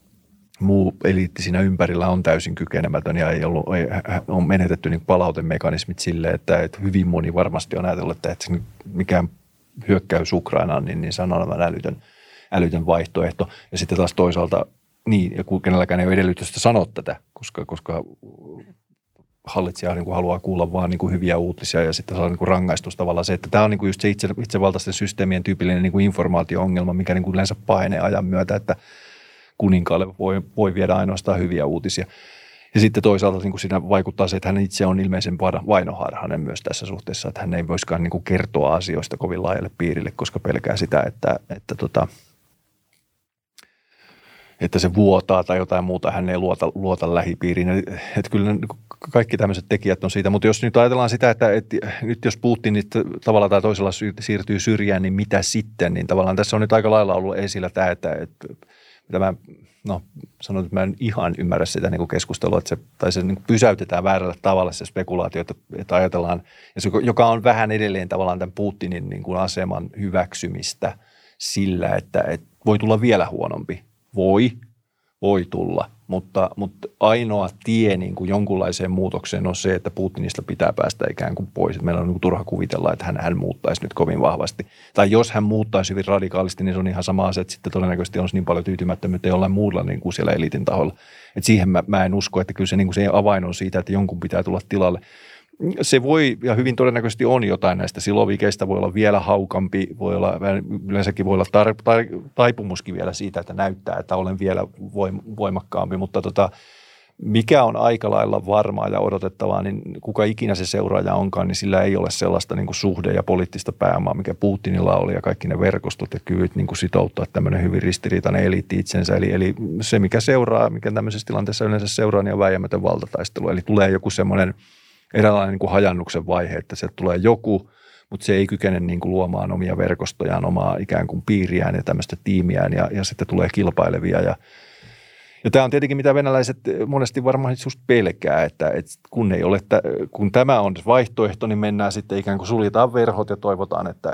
muu eliitti siinä ympärillä on täysin kykenemätön ja on menetetty niin palautemekanismit silleen, että hyvin moni varmasti on ajatellut, että mikään hyökkäys Ukrainaan, niin se on aivan älytön vaihtoehto. Ja sitten taas toisaalta niin, ja kenelläkään ei ole edellytystä sanoa tätä, koska hallitsija niin kuin haluaa kuulla vaan niin kuin hyviä uutisia ja sitten saa niin kuin rangaistus tavallaan se, että tämä on niin kuin just se itsevaltaisten systeemien tyypillinen niin kuin informaatio-ongelma, mikä niin kuin yleensä painee ajan myötä, että kuninkaalle voi viedä ainoastaan hyviä uutisia. Ja sitten toisaalta niin kuin siinä vaikuttaa se, että hän itse on ilmeisen vainoharhainen myös tässä suhteessa, että hän ei voisikaan niin kuin kertoa asioista kovin laajalle piirille, koska pelkää sitä, että se vuotaa tai jotain muuta, hän ei luota lähipiiriin. Että kyllä kaikki tämmöiset tekijät on siitä, mutta jos nyt ajatellaan sitä, että nyt jos Putin nyt tavalla tai toisella siirtyy syrjään, niin mitä sitten? Niin tavallaan tässä on nyt aika lailla ollut esillä tämä, että sanon, että mä en ihan ymmärrä sitä niin kuin keskustelua, että se niin kuin pysäytetään väärällä tavalla se spekulaatio, että ajatellaan, joka on vähän edelleen tavallaan tämän Putinin niin kuin aseman hyväksymistä sillä, että voi tulla vielä huonompi. Voi tulla, mutta ainoa tie niin kuin jonkunlaiseen muutokseen on se, että Putinista pitää päästä ikään kuin pois. Meillä on niin kuin turha kuvitella, että hän muuttaisi nyt kovin vahvasti. Tai jos hän muuttaisi hyvin radikaalisti, niin se on ihan sama asia, että sitten todennäköisesti on niin paljon tyytymättömyyttä jollain muulla niin kuin siellä eliitin taholla. Et siihen mä en usko, että kyllä se, niin kuin se avain on siitä, että jonkun pitää tulla tilalle. Se voi, ja hyvin todennäköisesti on jotain näistä silovikeista, voi olla vielä haukampi, yleensäkin voi olla taipumuskin vielä siitä, että näyttää, että olen vielä voimakkaampi, mutta mikä on aika lailla varmaa ja odotettavaa, niin kuka ikinä se seuraaja onkaan, niin sillä ei ole sellaista niin kuin suhde- ja poliittista pääomaa, mikä Putinilla oli ja kaikki ne verkostot ja kyvyt niin kuin sitouttaa tämmöinen hyvin ristiriitainen eliitti itsensä. Eli se, mikä tämmöisessä tilanteessa yleensä seuraa, niin on väijämätön valtataistelu. Eli tulee joku semmoinen eräänlainen niin kuin hajannuksen vaihe, että sieltä tulee joku, mutta se ei kykene niin kuin luomaan omia verkostojaan, omaa ikään kuin piiriään ja tämmöistä tiimiään ja sitten tulee kilpailevia. Ja tämä on tietenkin, mitä venäläiset monesti varmaan just pelkää, että kun tämä on vaihtoehto, niin mennään sitten ikään kuin suljetaan verhot ja toivotaan, että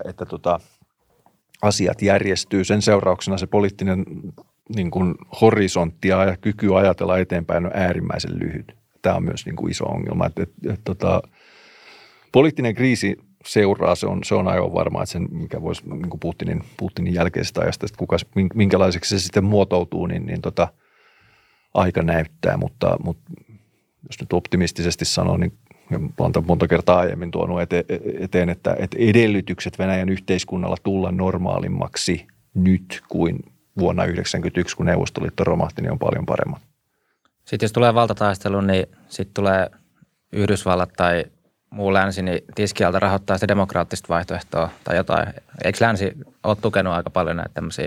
asiat järjestyy. Sen seurauksena se poliittinen niin kuin horisontti ja kyky ajatella eteenpäin on äärimmäisen lyhyt. Tämä on myös niin kuin iso ongelma, että poliittinen kriisi seuraa, se on aivan varmaa, että sen, mikä voisi niin kuin Putinin jälkeisestä ajasta, että minkälaiseksi se sitten muotoutuu, niin aika näyttää, mutta jos nyt optimistisesti sanoo, niin olen monta kertaa aiemmin tuonut eteen, että edellytykset Venäjän yhteiskunnalla tulla normaalimmaksi nyt kuin vuonna 1991, kun Neuvostoliitto romahti, niin on paljon paremmat. Sitten jos tulee valtataistelu, niin sitten tulee Yhdysvallat tai muu länsi, niin tiskialta rahoittaa sitä demokraattista vaihtoehtoa tai jotain. Eikö länsi ole tukenut aika paljon näitä tämmöisiä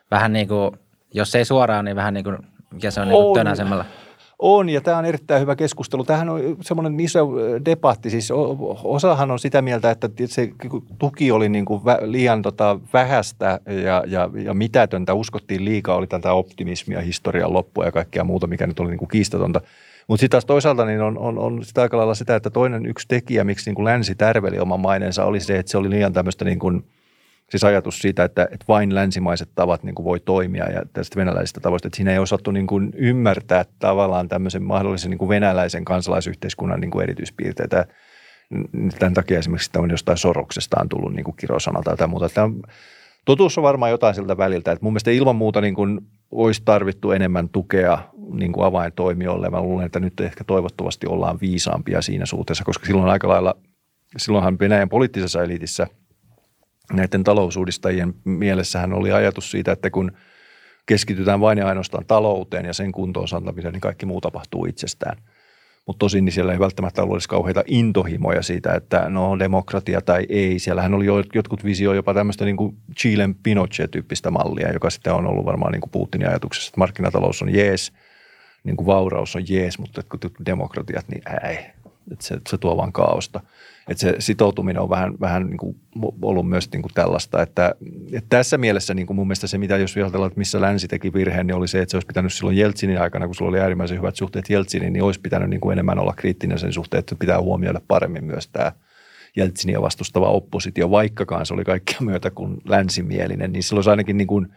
vähän niin kuin, jos ei suoraan, niin vähän niin kuin, mikä se on, niin kuin tönäsemällä. On, ja tämä on erittäin hyvä keskustelu. Tämähän on semmoinen iso debatti. Siis osahan on sitä mieltä, että se tuki oli niin kuin liian vähäistä ja mitätöntä. Uskottiin liikaa, oli tätä optimismia, historian loppua ja kaikkea muuta, mikä nyt oli niin kuin kiistatonta. Mutta sitten taas toisaalta niin on sitä aika lailla sitä, että toinen yksi tekijä, miksi niin kuin länsi tärveli oman maineensa, oli se, että se oli liian tämmöistä niin kuin, siis ajatus siitä, että vain länsimaiset tavat niin kuin voi toimia ja tästä venäläisistä tavoista, että siinä ei osattu niin kuin ymmärtää tavallaan tämmöisen mahdollisen niin kuin venäläisen kansalaisyhteiskunnan niin kuin erityispiirteitä. Tämän takia esimerkiksi tämä on jostain Soroksesta on tullut niin kuin kirosana tai jotain muuta. Totuus on varmaan jotain siltä väliltä, että mun mielestä ilman muuta niin kuin olisi tarvittu enemmän tukea niin kuin avaintoimijoille. Mä luulen, että nyt ehkä toivottavasti ollaan viisaampia siinä suhteessa, koska silloin aika lailla, silloinhan Venäjän poliittisessa eliitissä näiden talousuudistajien mielessähän oli ajatus siitä, että kun keskitytään vain ja ainoastaan talouteen ja sen kuntoon saattamiseen, niin kaikki muu tapahtuu itsestään. Mutta tosin niin siellä ei välttämättä ollut edes kauheita intohimoja siitä, että no demokratia tai ei. Siellähän oli jotkut visio jopa tämmöistä niin kuin Chilen Pinochet-tyyppistä mallia, joka sitten on ollut varmaan niin kuin Putinin ajatuksessa, että markkinatalous on jees, niin kuin vauraus on jees, mutta kun demokratiat, niin että se tuo vaan kaaosta. Että se sitoutuminen on vähän niin kuin ollut myös niin kuin tällaista, että tässä mielessä niin kuin mun mielestä se, mitä jos ajatellaan, että missä länsi teki virheen, niin oli se, että se olisi pitänyt silloin Jeltsinin aikana, kun sulla oli äärimmäisen hyvät suhteet Jeltsiniin, niin olisi pitänyt niin kuin enemmän olla kriittinen sen suhteen, että pitää huomioida paremmin myös tämä Jeltsinia vastustava oppositio, vaikkakaan se oli kaikkea myötä kuin länsimielinen, niin silloin olisi ainakin niin kuin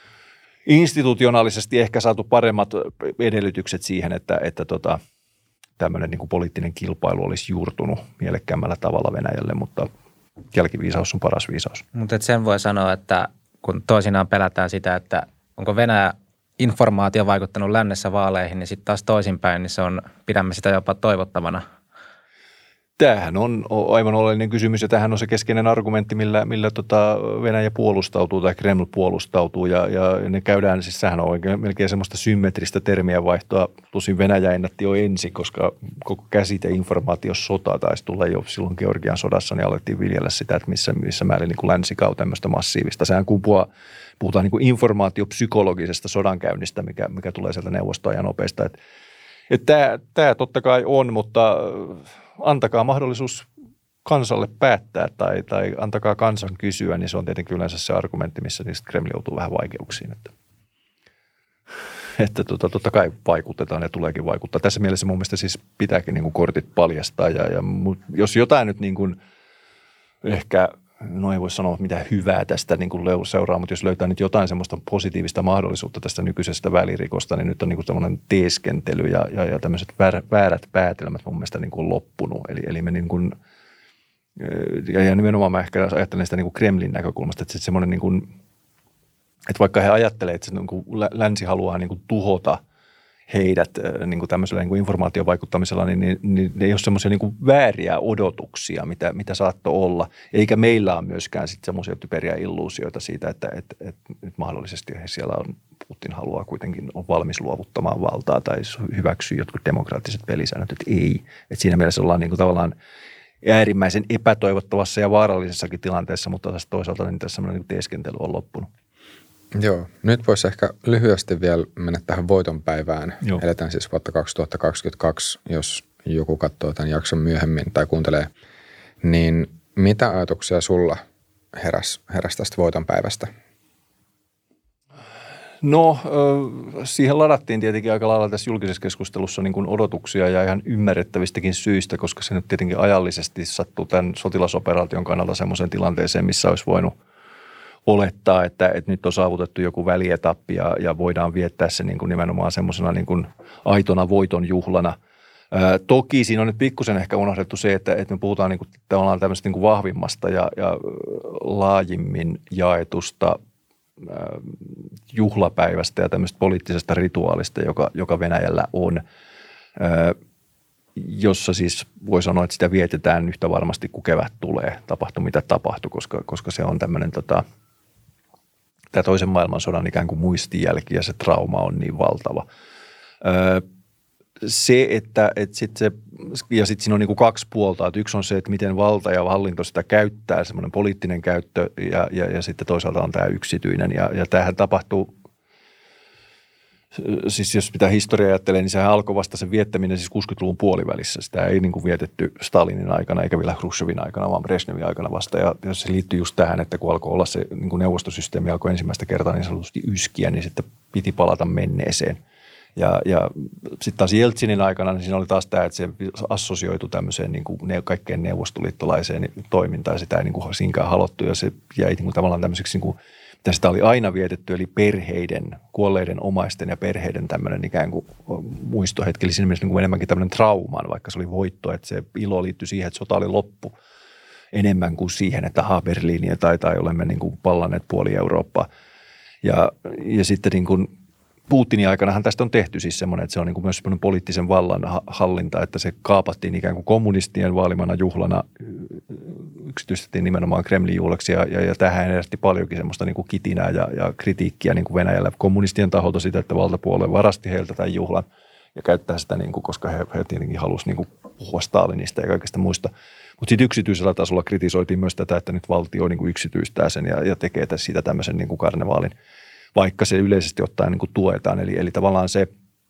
institutionaalisesti ehkä saatu paremmat edellytykset siihen, että tämmöinen niin kuin poliittinen kilpailu olisi juurtunut mielekkäämmällä tavalla Venäjälle, mutta jälkiviisaus on paras viisaus. Mutta sen voi sanoa, että kun toisinaan pelätään sitä, että onko Venäjä informaatio vaikuttanut lännessä vaaleihin, niin sitten taas toisinpäin, niin pidämme sitä jopa toivottavana. Tämähän on aivan oleellinen kysymys ja tämähän on se keskeinen argumentti, millä Venäjä puolustautuu tai Kreml puolustautuu ja ne käydään, siis sehän on oikein melkein semmoista symmetristä termiä vaihtoa. Tosin Venäjä ennätti jo ensin, koska koko käsite informaatiosota taisi tulla jo silloin Georgian sodassa, niin alettiin viljellä sitä, että missä määrin niin kuin länsikau tämmöistä massiivista. Sehän puhutaan niin kuin informaatiopsykologisesta sodankäynnistä, mikä tulee sieltä neuvostoajan nopeista. Että tämä totta kai on, mutta antakaa mahdollisuus kansalle päättää tai antakaa kansan kysyä, niin se on tietenkin yleensä se argumentti, missä niistä Kreml joutuu vähän vaikeuksiin. Että totta kai vaikutetaan ja tuleekin vaikuttaa. Tässä mielessä mun mielestä siis pitääkin niin kuin kortit paljastaa ja jos jotain nyt niin kuin ehkä, no ei voi sanoa mitään hyvää tästä niin kuin seuraa, mutta jos löytää nyt jotain semmoista positiivista mahdollisuutta tästä nykyisestä välirikosta, niin nyt on niin kuin semmoinen teeskentely ja tämmöiset väärät päätelmät mun mielestä niin kuin loppunut. Eli me niin kuin, ja nimenomaan mä ehkä ajattelen sitä niin kuin Kremlin näkökulmasta, että se semmoinen niin kuin, että vaikka he ajattelee, että se niin kuin länsi haluaa niin kuin tuhota heidät niin kuin tämmöisellä niin kuin informaatiovaikuttamisella, niin ne ei ole semmoisia niin kuin vääriä odotuksia, mitä saattoi olla. Eikä meillä ole myöskään sitten semmoisia typeriä illuusioita siitä, että mahdollisesti he siellä on, Putin haluaa kuitenkin on valmis luovuttamaan valtaa tai hyväksyy jotkut demokraattiset pelisäännöt, että ei. Että siinä mielessä ollaan niin kuin tavallaan äärimmäisen epätoivottavassa ja vaarallisessakin tilanteessa, mutta toisaalta niin tässä semmoinen niin teeskentely on loppunut. Joo, nyt voisi ehkä lyhyesti vielä mennä tähän voitonpäivään. Joo. Eletään siis vuotta 2022, jos joku katsoo tämän jakson myöhemmin tai kuuntelee. Niin mitä ajatuksia sulla heräsi tästä voitonpäivästä? No, siihen ladattiin tietenkin aika lailla tässä julkisessa keskustelussa niin kuin odotuksia ja ihan ymmärrettävistäkin syistä, koska se nyt tietenkin ajallisesti sattuu tämän sotilasoperaation kannalta semmoiseen tilanteeseen, missä olisi voinut olettaa, että nyt on saavutettu joku välietappi ja voidaan viettää se niin kuin nimenomaan semmoisena niin kuin aitona voiton juhlana. Toki siinä on nyt pikkusen ehkä unohdettu se, että me puhutaan niin kuin tavallaan tämmöistä niin kuin vahvimmasta ja laajimmin jaetusta juhlapäivästä ja tämmöistä poliittisesta rituaalista, joka Venäjällä on, jossa siis voi sanoa, että sitä vietetään yhtä varmasti, kun kevät tulee, tapahtui mitä tapahtui, koska se on tämmöinen tämä toisen maailmansodan ikään kuin muistijälki ja se trauma on niin valtava. se, että sitten se, ja sitten siinä on niin kuin kaksi puolta, että yksi on se, että miten valta ja hallinto sitä käyttää, semmoinen poliittinen käyttö, ja sitten toisaalta on tämä yksityinen, ja tämähän tapahtuu, siis jos pitää historiaa ajattelee, niin sehän alkoi vasta sen viettäminen siis 60-luvun puolivälissä. Sitä ei niin kuin vietetty Stalinin aikana eikä vielä Hrushchevin aikana, vaan Brezhnevin aikana vasta. Ja se liittyy just tähän, että kun alkoi olla se niin kuin neuvostosysteemi alkoi ensimmäistä kertaa niin sanotusti yskiä, niin sitten piti palata menneeseen. Ja sitten taas Jeltsinin aikana, niin siinä oli taas tämä, että se assosioitu tämmöiseen niin kuin kaikkeen neuvostoliittolaiseen toimintaan. Sitä ei niin kuin siinkään halottu ja se jäi niin kuin tavallaan tämmöiseksi, niin kuin, mitä sitä oli aina vietetty, eli perheiden, kuolleiden omaisten ja perheiden tämmöinen ikään kuin muistohetki. Eli siinä mielessä niin kuin enemmänkin tämmöinen traumaan, vaikka se oli voitto, että se ilo liittyi siihen, että sota oli loppu enemmän kuin siihen, että Berliiniä tai olemme niin kuin pallanneet puoli Eurooppaa. Ja sitten niin kuin Putinin aikanahan tästä on tehty siis semmoinen, että se on niin kuin myös semmoinen poliittisen vallan hallinta, että se kaapattiin ikään kuin kommunistien vaalimana juhlana, yksityistettiin nimenomaan Kremlin juhlaksi ja tähän herätti paljonkin semmoista niin kuin kitinää ja kritiikkiä niin kuin Venäjällä kommunistien taholta sitä, että valtapuolue varasti heiltä tämän juhlan ja käyttää sitä, niin kuin, koska he tietenkin halusivat niin kuin puhua Stalinista ja kaikista muista. Mutta sitten yksityisellä tasolla kritisoitiin myös tätä, että nyt valtio niin kuin yksityistää sen ja tekee siitä tämmöisen niin kuin karnevaalin, vaikka se yleisesti ottaen niin kuin tuetaan. Eli tavallaan se,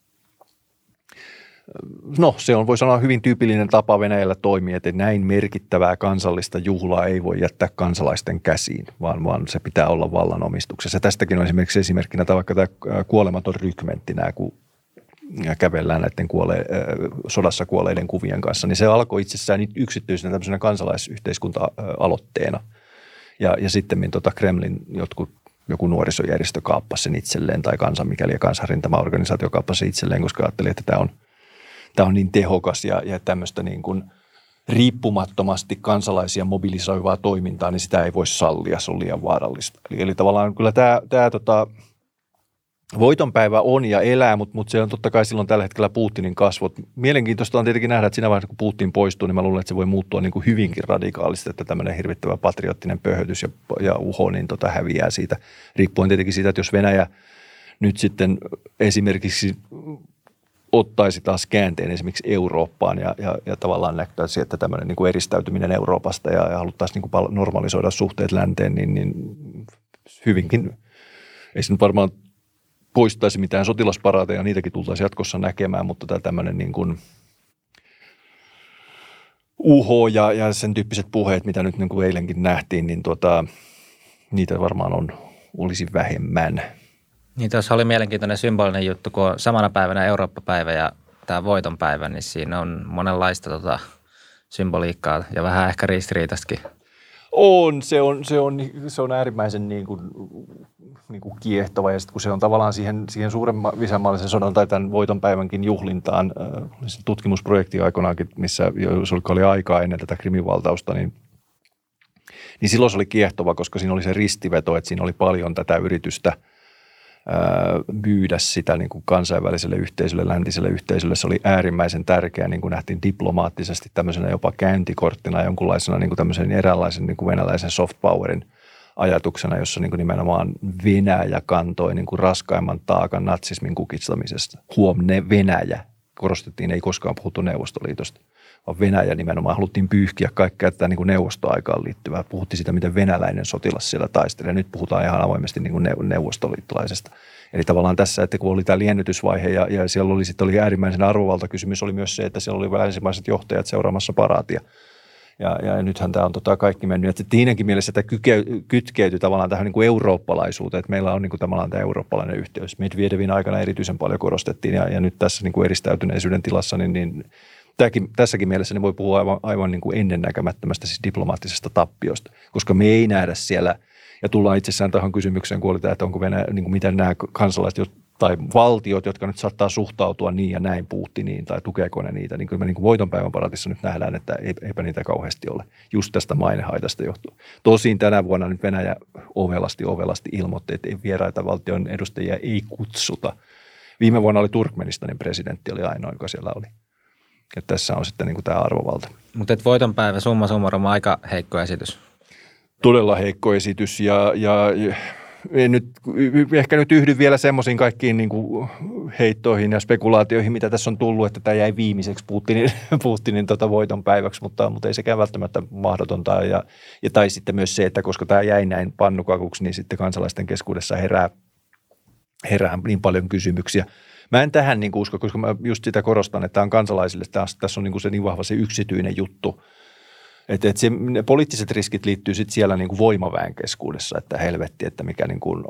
no se on voi sanoa hyvin tyypillinen tapa Venäjällä toimia, että näin merkittävää kansallista juhlaa ei voi jättää kansalaisten käsiin, vaan se pitää olla vallanomistuksessa. Tästäkin on esimerkkinä vaikka tämä kuolematon rykmentti, nämä kun kävellään näiden sodassa kuolleiden kuvien kanssa, niin se alkoi itsessään yksityisenä tämmöisenä kansalaisyhteiskunta-aloitteena. Ja sitten Kremlin joku nuorisojärjestö kaappasi sen itselleen tai mikäli ja kansanrintamaorganisaatio kaappasi sen itselleen, koska ajatteli, että tämä on niin tehokas ja tämmöistä niin kuin riippumattomasti kansalaisia mobilisoivaa toimintaa, niin sitä ei voi sallia, se on liian vaarallista. Eli tavallaan kyllä tämä voitonpäivä on ja elää, mutta se on totta kai silloin tällä hetkellä Putinin kasvot. Mielenkiintoista on tietenkin nähdä, että siinä vaiheessa kun Putin poistuu, niin mä luulen, että se voi muuttua niin kuin hyvinkin radikaalisti, että tämmöinen hirvittävä patriottinen pöhötys ja uho niin häviää siitä. Riippuen tietenkin siitä, että jos Venäjä nyt sitten esimerkiksi ottaisi taas käänteen esimerkiksi Eurooppaan ja tavallaan näyttäisi, että tämmöinen niin kuin eristäytyminen Euroopasta ja haluttaisiin niin kuin normalisoida suhteet länteen, niin hyvinkin, ei se nyt varmaan poistaisi mitään sotilasparaateja, niitäkin tultaisiin jatkossa näkemään, mutta tämä tämmöinen niin kuin uho ja sen tyyppiset puheet, mitä nyt niin kuin eilenkin nähtiin, niin niitä varmaan olisi vähemmän. Niin tuossa oli mielenkiintoinen symbolinen juttu, kun on samana päivänä Eurooppa-päivä ja tämä voitonpäivä, niin siinä on monenlaista symboliikkaa ja vähän ehkä ristiriitaistakin. Se on äärimmäisen niin kuin kiehtova ja sitten kun se on tavallaan siihen suuremman isänmaallisen sodan tai tämän voitonpäivänkin juhlintaan, tutkimusprojekti aikoinaankin, missä oli aikaa ennen tätä Krimin valtausta, niin silloin se oli kiehtova, koska siinä oli se ristiveto, että siinä oli paljon tätä yritystä myydä sitä niin kuin kansainväliselle yhteisölle, läntiselle yhteisölle. Se oli äärimmäisen tärkeä, niin kuin nähtiin diplomaattisesti tämmöisenä jopa käyntikorttina, jonkunlaisena niin kuin tämmöisen eräänlaisen niin kuin venäläisen soft powerin ajatuksena, jossa niin kuin nimenomaan Venäjä kantoi niin kuin raskaimman taakan natsismin kukistamisesta. Venäjä. Korostettiin, ei koskaan puhuttu Neuvostoliitosta, vaan Venäjä nimenomaan haluttiin pyyhkiä kaikkea tätä niin kuin neuvostoaikaan liittyvää. Puhuttiin sitä, miten venäläinen sotilas siellä taistelee. Nyt puhutaan ihan avoimesti niin kuin neuvostoliittolaisesta. Eli tavallaan tässä, että kun oli tämä liennytysvaihe ja siellä oli äärimmäisen arvovaltakysymys, oli myös se, että siellä oli länsimaiset johtajat seuraamassa paraatia. Ja nythän tämä on kaikki mennyt. Että siinäkin mielessä tämä kytkeytyi tavallaan tähän niin kuin eurooppalaisuuteen, että meillä on niin kuin tavallaan tämä eurooppalainen yhteys. Medvedevin aikana erityisen paljon korostettiin ja nyt tässä niin kuin eristäytyneisyyden tilassa, niin tässäkin mielessä niin voi puhua aivan niin kuin ennennäkemättömästä siis diplomaattisesta tappiosta, koska me ei nähdä siellä, ja tullaan itsessään tähän kysymykseen, kun oli tämä, että onko Venäjä, niin kuin miten nämä kansalaiset tai valtiot, jotka nyt saattaa suhtautua niin ja näin Putiniin tai tukeeko ne niitä, niin kyllä me niin kuin voitonpäivän paratissa nyt nähdään, että eipä niitä kauheasti ole, just tästä mainehaitasta johtuen. Tosin tänä vuonna nyt Venäjä ovelasti ilmoitti, että vieraita valtion edustajia ei kutsuta. Viime vuonna oli Turkmenistanin presidentti, oli ainoa, joka siellä oli. Ja tässä on sitten niin kuin tämä arvovalta. Mutta voitonpäivä summa summarum aika heikko esitys. Todella heikko esitys ja ehkä nyt yhdyn vielä semmoisiin kaikkiin niin kuin heittoihin ja spekulaatioihin, mitä tässä on tullut, että tämä jäi viimeiseksi Putinin voiton päiväksi, mutta ei sekään välttämättä mahdotonta. Tai sitten myös se, että koska tämä jäi näin pannukakuksi, niin sitten kansalaisten keskuudessa herää niin paljon kysymyksiä. Mä en tähän niin kuin usko, koska mä just sitä korostan, että tämä on kansalaisille, tässä on niin kuin se niin vahva se yksityinen juttu. Että ne poliittiset riskit liittyy sitten siellä niin kuin voimaväen keskuudessa, että helvetti, että mikä niin kuin,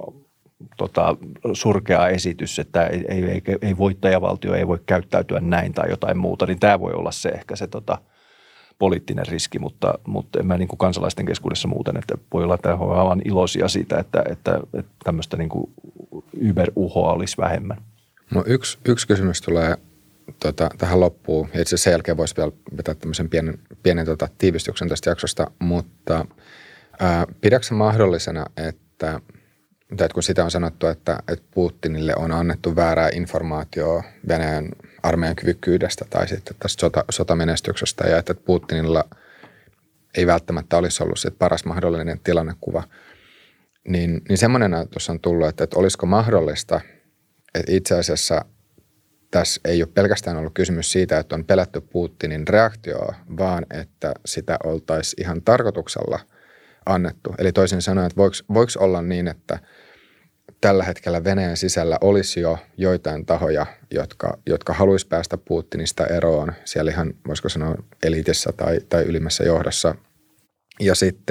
surkea esitys, että ei voittajavaltio ei voi käyttäytyä näin tai jotain muuta, niin tämä voi olla se ehkä se poliittinen riski, mutta en mä niin kuin kansalaisten keskuudessa muuten, että voi olla, että on aivan iloisia siitä, että tämmöistä niin kuin yberuhoa olisi vähemmän. No yksi kysymys tulee tähän loppuun, ja itse asiassa sen jälkeen voisi vielä vetää tämmöisen pienen tiivistyksen tästä jaksosta, mutta pidätkö mahdollisena, että kun sitä on sanottu, että Putinille on annettu väärää informaatiota Venäjän armeijan kyvykkyydestä tai sitten tästä sotamenestyksestä, ja että Putinilla ei välttämättä olisi ollut sit paras mahdollinen tilannekuva, niin semmoinen ajatus on tullut, että olisiko mahdollista, että itse asiassa tässä ei ole pelkästään ollut kysymys siitä, että on pelätty Putinin reaktioa, vaan että sitä oltaisiin ihan tarkoituksella annettu. Eli toisin sanoen, että voiko olla niin, että tällä hetkellä Venäjän sisällä olisi jo joitain tahoja, jotka haluaisi päästä Putinista eroon siellä ihan, voisiko sanoa, eliitissä tai ylimmässä johdossa. Ja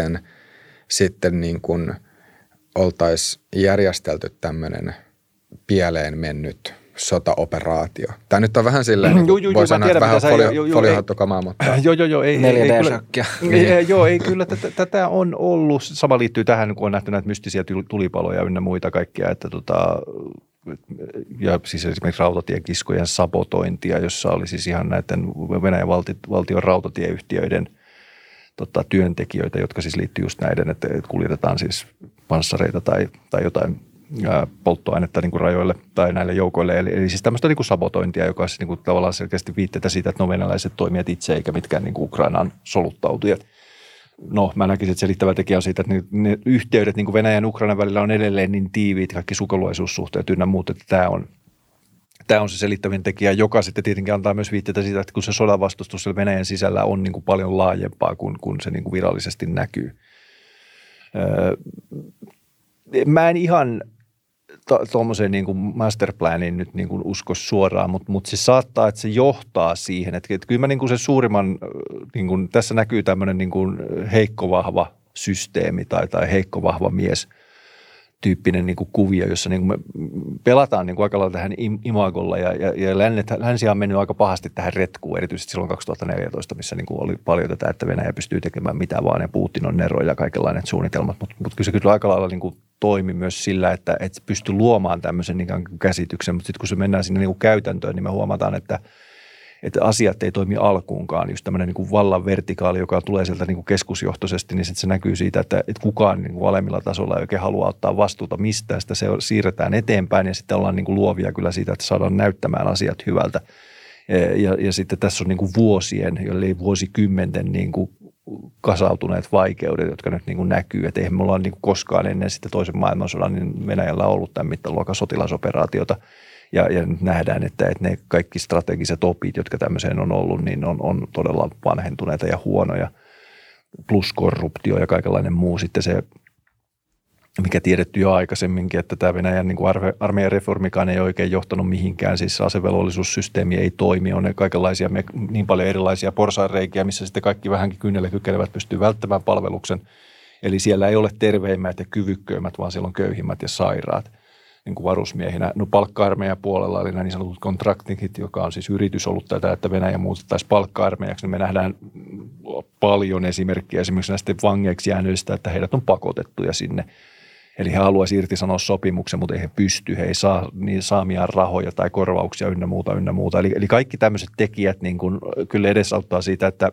sitten niin kuin oltaisiin järjestelty tämmöinen pieleen mennyt sotaoperaatio. Tämä nyt on vähän silleen, voi sanoa, että vähän foliohattukamaa, mutta... Ei 4D-shokkia. Ei kyllä, tätä on ollut. Sama liittyy tähän, kun on nähty näitä mystisiä tulipaloja ynnä muita kaikkia, että ja siis esimerkiksi rautatiekiskojen sabotointia, jossa oli siis ihan näiden Venäjän valtion rautatieyhtiöiden työntekijöitä, jotka siis liittyy just näiden, että kuljetetaan siis panssareita tai jotain polttoainetta niin kuin rajoille tai näille joukoille. Eli siis tämmöistä niin kuin sabotointia, joka on siis niin kuin tavallaan selkeästi viitteitä siitä, että venäläiset toimijat itse eikä mitkään niin kuin Ukrainaan soluttautujat. No, mä näkisin, että selittävä tekijä on siitä, että ne yhteydet niin kuin Venäjän ja Ukrainan välillä on edelleen niin tiiviit, kaikki sukulaisuussuhteet ynnä muut, että tämä on se selittävin tekijä, joka sitten tietenkin antaa myös viitteitä siitä, että kun se sodan vastustus siellä Venäjän sisällä on niin kuin paljon laajempaa kuin se niin kuin virallisesti näkyy. Mä en ihan tuommoiseen niin kuin masterplaniin nyt niin kuin usko suoraan, mutta se saattaa, että se johtaa siihen, että kyllä mä niin kuin se suurimman, niin kuin, tässä näkyy tämmöinen niin kuin heikkovahva systeemi tai heikkovahva mies tyyppinen niin kuin kuvio, jossa niin kuin me pelataan niin kuin aika lailla tähän imagolla ja länsi on mennyt aika pahasti tähän retkuun, erityisesti silloin 2014, missä niin kuin oli paljon tätä, että Venäjä pystyy tekemään mitä vaan ja Putin on nero ja kaikenlainen suunnitelmat, mutta kyllä se kyllä aika lailla niin kuin toimi myös sillä, että pystyy luomaan tämmöisen niin kuin käsityksen, mutta sitten kun se mennään sinne niin kuin käytäntöön, niin me huomataan, että asiat ei toimi alkuunkaan. Just tämmöinen niin kuin vallan vertikaali, joka tulee sieltä niin kuin keskusjohtoisesti, niin sitten se näkyy siitä, että kukaan niin kuin alemmilla tasolla ei oikein halua ottaa vastuuta mistään. Sitä se siirretään eteenpäin ja sitten ollaan niin kuin luovia kyllä siitä, että saadaan näyttämään asiat hyvältä. Ja sitten tässä on niin kuin vuosien, jollei vuosikymmenten niin kuin kasautuneet vaikeudet, jotka nyt niin kuin näkyy. Että eihän me ollaan niin kuin koskaan ennen sitten toisen maailmansodan niin Venäjällä ollut tämän mittaluokan sotilasoperaatiota. Ja nyt nähdään, että ne kaikki strategiset opit, jotka tämmöiseen on ollut, niin on todella vanhentuneita ja huonoja. Plus korruptio ja kaikenlainen muu. Sitten se, mikä tiedetty jo aikaisemminkin, että tämä Venäjän niin kuin armeijan reformikaan ei oikein johtanut mihinkään. Siis asevelvollisuussysteemi ei toimi. On kaikenlaisia, niin paljon erilaisia porsaanreikiä, missä sitten kaikki vähänkin kynnellä kykenevät pystyy välttämään palveluksen. Eli siellä ei ole terveimmät ja kyvykköimmät, vaan siellä on köyhimmät ja sairaat. Niin kuin varusmiehinä. No palkka-armeijan puolella oli nämä niin sanotut kontraktikit, joka on siis yritys ollut tätä, että Venäjä muutettaisiin palkka-armeijaksi. Me nähdään paljon esimerkkiä esimerkiksi näistä vangeiksi jäänyistä, että heidät on pakotettuja sinne. Eli he haluaisivat irtisanoa sopimuksen, mutta ei he pysty. He ei saa niin saamiaan rahoja tai korvauksia ynnä muuta. Eli kaikki tämmöiset tekijät niin kuin kyllä edesauttaa siitä, että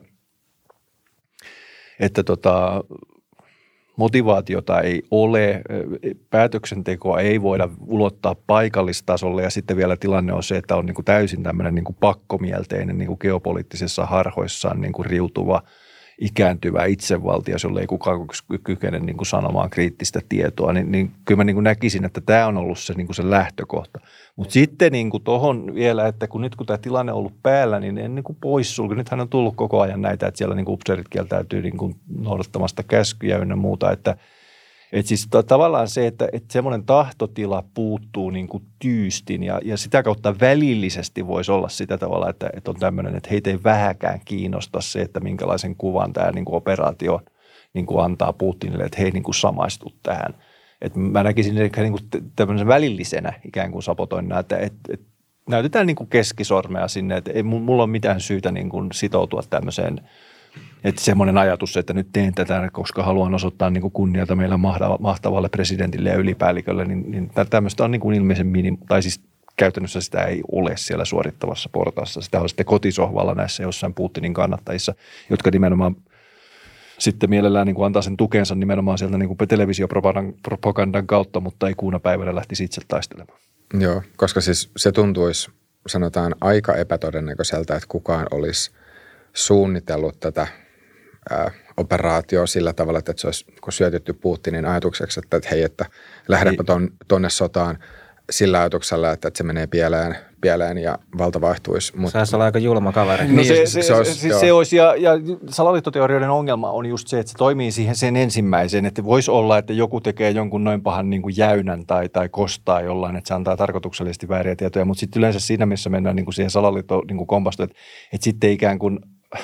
motivaatiota ei ole, päätöksentekoa ei voida ulottaa paikallistasolle ja sitten vielä tilanne on se, että on niin kuin täysin tämmöinen niin kuin pakkomielteinen niin kuin geopoliittisessa harhoissaan niin kuin riutuva ikääntyvä itsevaltias, jolle ei kukaan kykene niin kuin sanomaan kriittistä tietoa, niin kyllä mä niin kuin näkisin, että tämä on ollut se, niin kuin se lähtökohta. Mutta sitten niin kuin tuohon vielä, että nyt kun tämä tilanne on ollut päällä, niin en niin kuin poissulke. Nythän on tullut koko ajan näitä, että siellä niin kuin upseerit kieltäytyy niin kuin noudattamasta käskyjä ynnä muuta, että siis tavallaan se, että semmoinen tahtotila puuttuu niin kuin tyystin ja sitä kautta välillisesti voisi olla sitä tavalla, että on tämmöinen, että heitä ei vähäkään kiinnosta se, että minkälaisen kuvan tämä niin kuin operaatio niin kuin antaa Putinille, että he ei niin kuin samaistu tähän. Että mä näkisin ehkä niin kuin tämmöisen välillisenä ikään kuin sabotoinnina, että näytetään niin kuin keskisormea sinne, että ei mulla ole mitään syytä niin kuin sitoutua tämmöiseen. Että semmoinen ajatus, että nyt teen tätä, koska haluan osoittaa niin kuin kunniata meillä mahtavalle presidentille ja ylipäällikölle, niin tämmöistä on niin kuin ilmeisen tai siis käytännössä sitä ei ole siellä suorittavassa portaassa. Sitä on sitten kotisohvalla näissä jossain Putinin kannattajissa, jotka nimenomaan sitten mielellään niin kuin antaa sen tukensa nimenomaan sieltä niin kuin televisiopropagandan kautta, mutta ei kuuna päivänä lähtisi itse taistelemaan. Joo, koska siis se tuntuisi, sanotaan, aika epätodennäköiseltä, että kukaan olisi suunnitellut tätä operaatio sillä tavalla, että se olisi syötetty Putinin ajatukseksi, että hei, että lähdepä tuonne sotaan sillä ajatuksella, että se menee pieleen ja valta vaihtuisi. Se olisi olla aika julma kaveri. No se olisi, ja salaliittoteorioiden ongelma on just se, että se toimii siihen sen ensimmäiseen, että voisi olla, että joku tekee jonkun noin pahan niin kuin jäynän tai kostaa jollain, että se antaa tarkoituksellisesti vääriä tietoja, mutta sitten yleensä siinä, missä mennään niin kuin siihen salaliittoon niin kompastuun, että sitten ikään kuin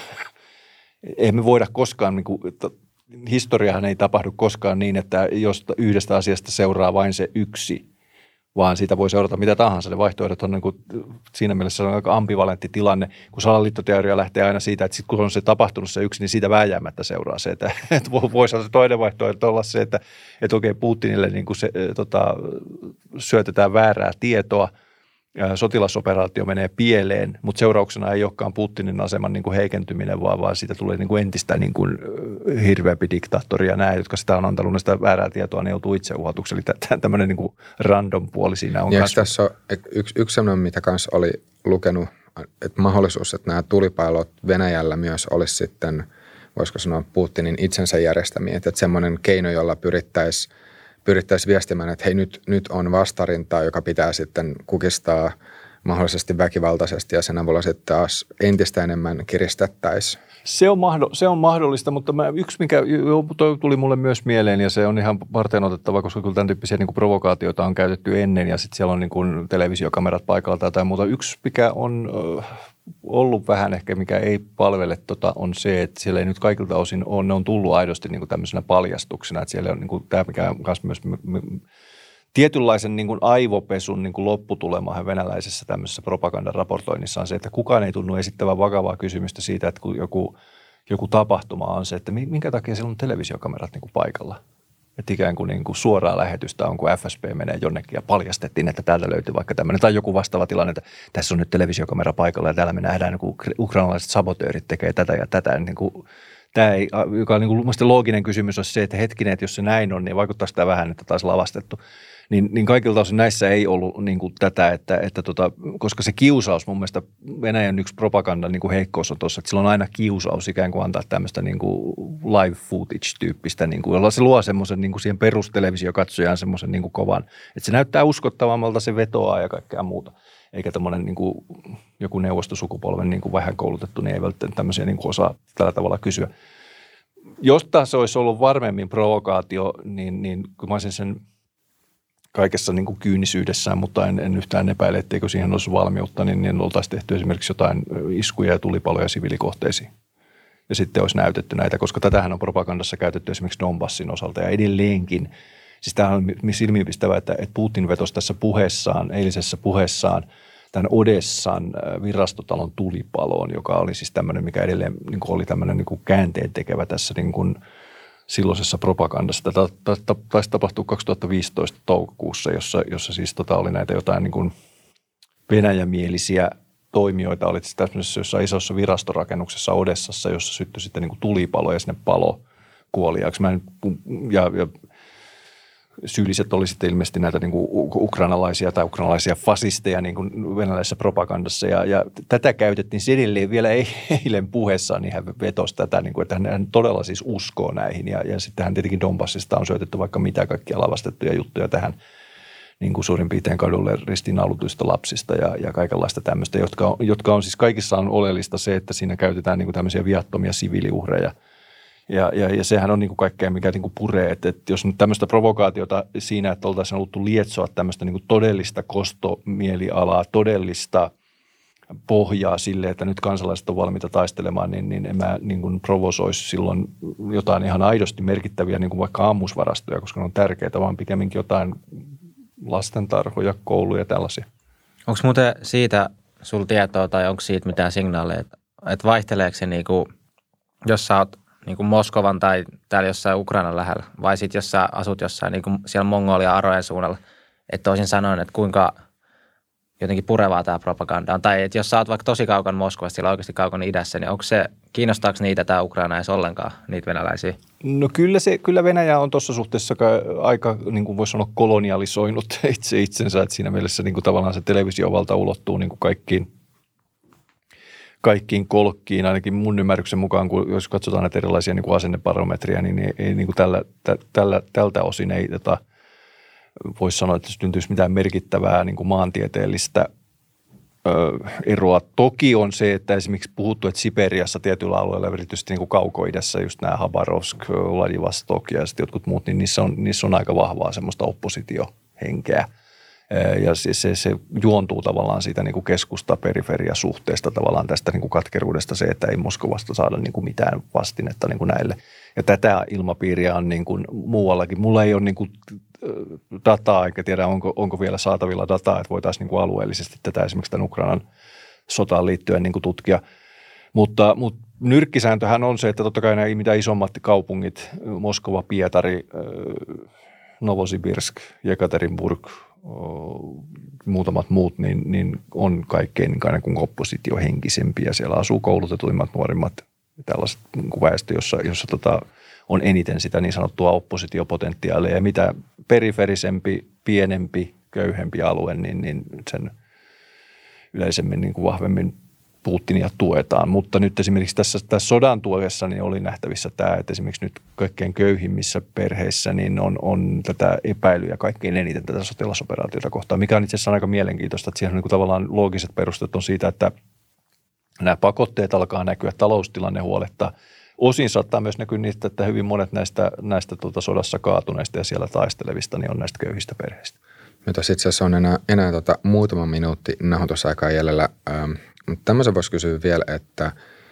ei me voida koskaan, niin kuin, historiahan ei tapahdu koskaan niin, että jos yhdestä asiasta seuraa vain se yksi, vaan siitä voi seurata mitä tahansa. Ne vaihtoehdot on niin kuin, siinä mielessä se on aika ambivalentti tilanne, kun salaliittoteoria lähtee aina siitä, että sit kun on se tapahtunut se yksi, niin siitä vääjäämättä seuraa se, että voisi se toinen vaihtoehto olla se, että okei, Putinille niin kuin se, syötetään väärää tietoa, sotilasoperaatio menee pieleen, mutta seurauksena ei olekaan Putinin aseman niin kuin heikentyminen, vaan siitä tulee niin kuin entistä niin kuin hirveämpi diktaattori ja nämä, jotka sitä on antanut sitä väärää tietoa, ne joutuu itse uhatuksi. Eli tämmöinen niin kuin random puoli siinä on. Ja tässä on yksi sellainen, mitä kanssa oli lukenut, että mahdollisuus, että nämä tulipalot Venäjällä myös olisi sitten, voisiko sanoa Putinin itsensä järjestämiä, että semmoinen keino, jolla pyrittäisiin viestimään, että hei nyt on vastarintaa, joka pitää sitten kukistaa mahdollisesti väkivaltaisesti ja sen avulla sitten taas entistä enemmän kiristettäisiin. Se on mahdollista, mutta yksi, mikä tuli mulle myös mieleen ja se on ihan varteenotettava, koska kyllä tämän tyyppisiä niin kuin provokaatioita on käytetty ennen ja sitten siellä on niin kuin televisiokamerat paikalla tai muuta. Yksi, mikä on ollut vähän ehkä, mikä ei palvele on se, että siellä ei nyt kaikilta osin ole, ne on tullut aidosti niin kuin tämmöisenä paljastuksena, että siellä on niin kuin tämä, mikä on myös tietynlaisen niin kuin aivopesun niin kuin lopputulema venäläisessä tämmöisessä propagandan raportoinnissa on se, että kukaan ei tunnu esittävän vakavaa kysymystä siitä, että kun joku tapahtuma on se, että minkä takia siellä on televisiokamerat niin kuin paikalla. Että ikään kuin, suoraa lähetystä on, kun FSB menee jonnekin ja paljastettiin, että täältä löytyy vaikka tämmöinen tai joku vastaava tilanne, että tässä on nyt televisiokamera paikalla ja täällä me nähdään, kun ukrainalaiset sabotöörit tekee tätä ja tätä. Niin kuin, tämä ei, joka on niin kuin looginen kysymys, on se, että hetkinen, että jos se näin on, niin vaikuttaa sitä vähän, että taas lavastettu. Niin kaikilta osin näissä ei ollut niin kuin tätä, koska se kiusaus mun mielestä Venäjän yksi propagandan niin kuin heikkous on tuossa, että sillä on aina kiusaus ikään kuin antaa tämmöistä niin kuin live footage-tyyppistä, niin kuin, jolla se luo semmoisen niin kuin siihen perustelevisiokatsojaan semmoisen niin kuin kovan, että se näyttää uskottavammalta, se vetoaa ja kaikkea muuta. Eikä tämmöinen niin kuin joku neuvostosukupolven niin kuin vähän koulutettu, niin ei välttämättä tämmöisiä niin kuin osaa tällä tavalla kysyä. Jos taas olisi ollut varmemmin provokaatio, niin kun mä olisin sen kaikessa niin kuin kyynisyydessään, mutta en yhtään epäile, etteikö siihen olisi valmiutta, niin oltaisiin tehty esimerkiksi jotain iskuja ja tulipaloja siviilikohteisiin. Ja sitten olisi näytetty näitä, koska tätähän on propagandassa käytetty esimerkiksi Donbassin osalta ja edelleenkin. Siis tämä on silmiinpistävää, että Putin vetosi tässä eilisessä puheessaan tämän Odessan virastotalon tulipaloon, joka oli siis tämmöinen, mikä edelleen niin kuin oli tämmöinen niin kuin käänteen tekevä tässä niin kuin silloisessa propagandassa. Tämä taisi tapahtua 2015 toukokuussa, jossa siis oli näitä jotain niin kuin venäjämielisiä toimijoita. Oli tämmöisessä jossain isossa virastorakennuksessa Odessassa, jossa syttyi sitten niin kuin tulipalo ja sinne palo kuoliaaksi. Ja syylliset oli sitten ilmeisesti näitä niin kuin ukrainalaisia tai ukrainalaisia fasisteja niin kuin venäläisessä propagandassa. Ja tätä käytettiin edelleen vielä eilen puheessaan, niin hän vetosi tätä, niin kuin, että hän todella siis uskoo näihin. Ja sitten hän tietenkin Donbassista on syötetty vaikka mitä kaikkia lavastettuja juttuja tähän niin kuin suurin piirtein kadulle ristiinnaulutuista lapsista ja kaikenlaista tämmöistä, jotka on siis kaikissa on oleellista se, että siinä käytetään niin kuin tämmöisiä viattomia siviiliuhreja. Ja sehän on niin kuin kaikkea, mikä niin kuin puree, että jos nyt tämmöistä provokaatiota siinä, että oltaisiin haluttu lietsoa tämmöistä niin kuin todellista kostomielialaa, todellista pohjaa sille, että nyt kansalaiset on valmiita taistelemaan, niin en mä niin kuin provosoisi silloin jotain ihan aidosti merkittäviä, niin kuin vaikka ammusvarastoja, koska ne on tärkeitä, vaan pikemminkin jotain lastentarhoja, kouluja ja tällaisia. Onko muuten siitä sulla tietoa tai onko siitä mitään signaaleja, että vaihteleeko se niinku, jos sä oot niinku Moskovan tai täällä jossain Ukrainan lähellä vai sitten jos sä asut jossain niinku siellä Mongolia Arojen suunnalla, että toisin sanoen, että kuinka jotenkin purevaa tämä propaganda on. Tai että jos sä oot vaikka tosi kaukana Moskovasta, siellä oikeasti kaukana idässä, niin onko se, kiinnostaako niitä tämä Ukraina edes ollenkaan, niitä venäläisiä? No kyllä Venäjä on tuossa suhteessa aika, niin kuin voisi sanoa, kolonialisoinut itsensä, että siinä mielessä niin kuin tavallaan se televisiovalta ulottuu niin kuin kaikkiin kolkkiin, ainakin mun ymmärryksen mukaan, kun jos katsotaan näitä erilaisia niin kuin asennebarometria, niin ei niin kuin tältä osin ei voisi sanoa, että syntyisi mitään merkittävää niin kuin maantieteellistä eroa. Toki on se, että esimerkiksi puhuttu, että Siperiassa tietyillä alueilla, erityisesti niin kuin kaukoidässä, just nämä Habarovsk, Vladivostok ja sitten jotkut muut, niin niissä on aika vahvaa semmoista oppositiohenkeä. Ja se juontuu tavallaan siitä niin kuin keskusta-periferia-suhteesta tavallaan tästä niin kuin katkeruudesta se, että ei Moskovasta saada niin kuin mitään vastinetta niin kuin näille. Ja tätä ilmapiiriä on niin kuin muuallakin. Mulla ei ole niin kuin dataa, enkä tiedä onko vielä saatavilla dataa, että voitaisiin niin kuin alueellisesti tätä esimerkiksi tämän Ukrainan sotaan liittyen niin kuin tutkia. Mutta nyrkkisääntöhän on se, että totta kai nämä mitä isommat kaupungit, Moskova, Pietari, Novosibirsk, Jekaterinburg, muutamat muut, niin on kaikkein niin kuin oppositiohenkisempiä. Siellä asuu koulutetuimmat, nuorimmat tällaiset niin kuin väestö, jossa on eniten sitä niin sanottua oppositiopotentiaalia. Ja mitä periferisempi, pienempi, köyhempi alue, niin sen yleisemmin niin kuin vahvemmin Putinia tuetaan. Mutta nyt esimerkiksi tässä sodan tuessa niin oli nähtävissä tämä, että esimerkiksi nyt kaikkein köyhimmissä perheissä niin on tätä epäilyä kaikkein eniten tätä sotilasoperaatiota kohtaan, mikä on itse asiassa aika mielenkiintoista, että siihen on niin kuin tavallaan loogiset perusteet on siitä, että nämä pakotteet alkaa näkyä, taloustilanne huolettaa. Osin saattaa myös näkyä niistä, että hyvin monet näistä sodassa kaatuneista ja siellä taistelevista niin on näistä köyhistä perheistä. Nyt itse asiassa on enää muutama minuutti nauhoitusaikaa jäljellä. Mutta tämmöisen voisi kysyä vielä, että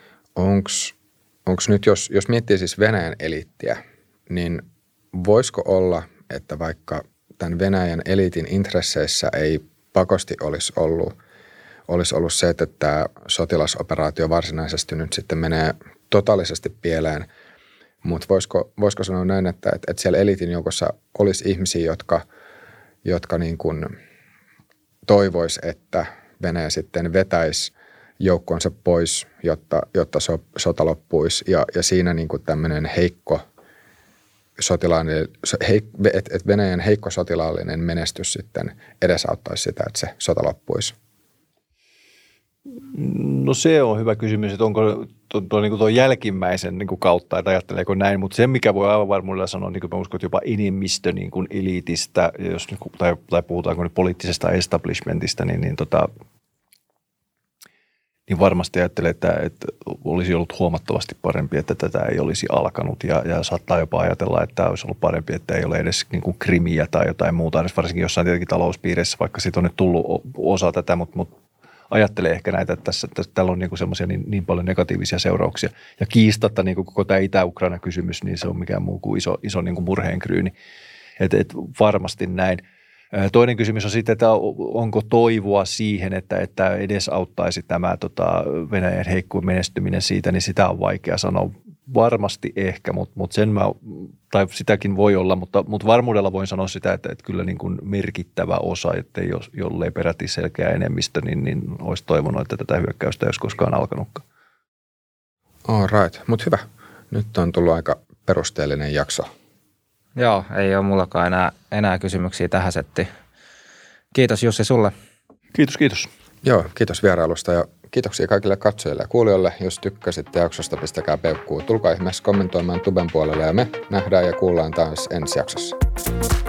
onko nyt, jos miettii siis Venäjän eliittiä, niin voisiko olla, että vaikka tämän Venäjän eliitin intresseissä ei pakosti olisi ollut se, että tämä sotilasoperaatio varsinaisesti nyt sitten menee totaalisesti pieleen, mutta voisiko sanoa näin, että siellä eliitin joukossa olisi ihmisiä, jotka niin kuin toivoisi, että Venäjä sitten vetäisi joukkonsa pois, jotta sota loppuisi ja siinä niin kuin tämmöinen että Venäjän heikko sotilaallinen menestys sitten edesauttaisi sitä, että se sota loppuisi. No se on hyvä kysymys, että onko tuo jälkimmäisen niin kuin kautta, että ajatteleeko näin, mutta se mikä voi aivan varmuudella sanoa, niin kuin mä uskon, että jopa enemmistö niin kuin eliitistä, jos, tai puhutaanko nyt poliittisesta establishmentista, niin varmasti ajattelee, että olisi ollut huomattavasti parempi, että tätä ei olisi alkanut ja saattaa jopa ajatella, että olisi ollut parempi, että ei ole edes niin kuin Krimiä tai jotain muuta, varsinkin jossain tietenkin talouspiireissä, vaikka siitä on nyt tullut osa tätä, mutta ajattelee ehkä näitä, että täällä on niinku semmoisia niin paljon negatiivisia seurauksia. Ja kiistatta niinku koko tämä Itä-Ukraina kysymys, niin se on mikään muu kuin iso niinku murheenkryyni. Et varmasti näin. Toinen kysymys on sitten, että onko toivoa siihen, että edesauttaisi tämä Venäjän heikko menestyminen siitä, niin sitä on vaikea sanoa. Varmasti ehkä, mutta tai sitäkin voi olla, mutta varmuudella voin sanoa sitä, että kyllä niin kuin merkittävä osa, että jollei peräti selkeä enemmistö, niin olisi toivonut, että tätä hyökkäystä ei olisi koskaan alkanutkaan. All right, mutta hyvä. Nyt on tullut aika perusteellinen jakso. Joo, ei ole mullakaan enää kysymyksiä tähän settiin. Kiitos Jussi sulle. Kiitos. Joo, kiitos vierailusta ja kiitoksia kaikille katsojille ja kuulijoille. Jos tykkäsitte jaksosta, pistäkää peukkuu. Tulkaa ihmeessä kommentoimaan Tuben puolelle ja me nähdään ja kuullaan taas ensi jaksossa.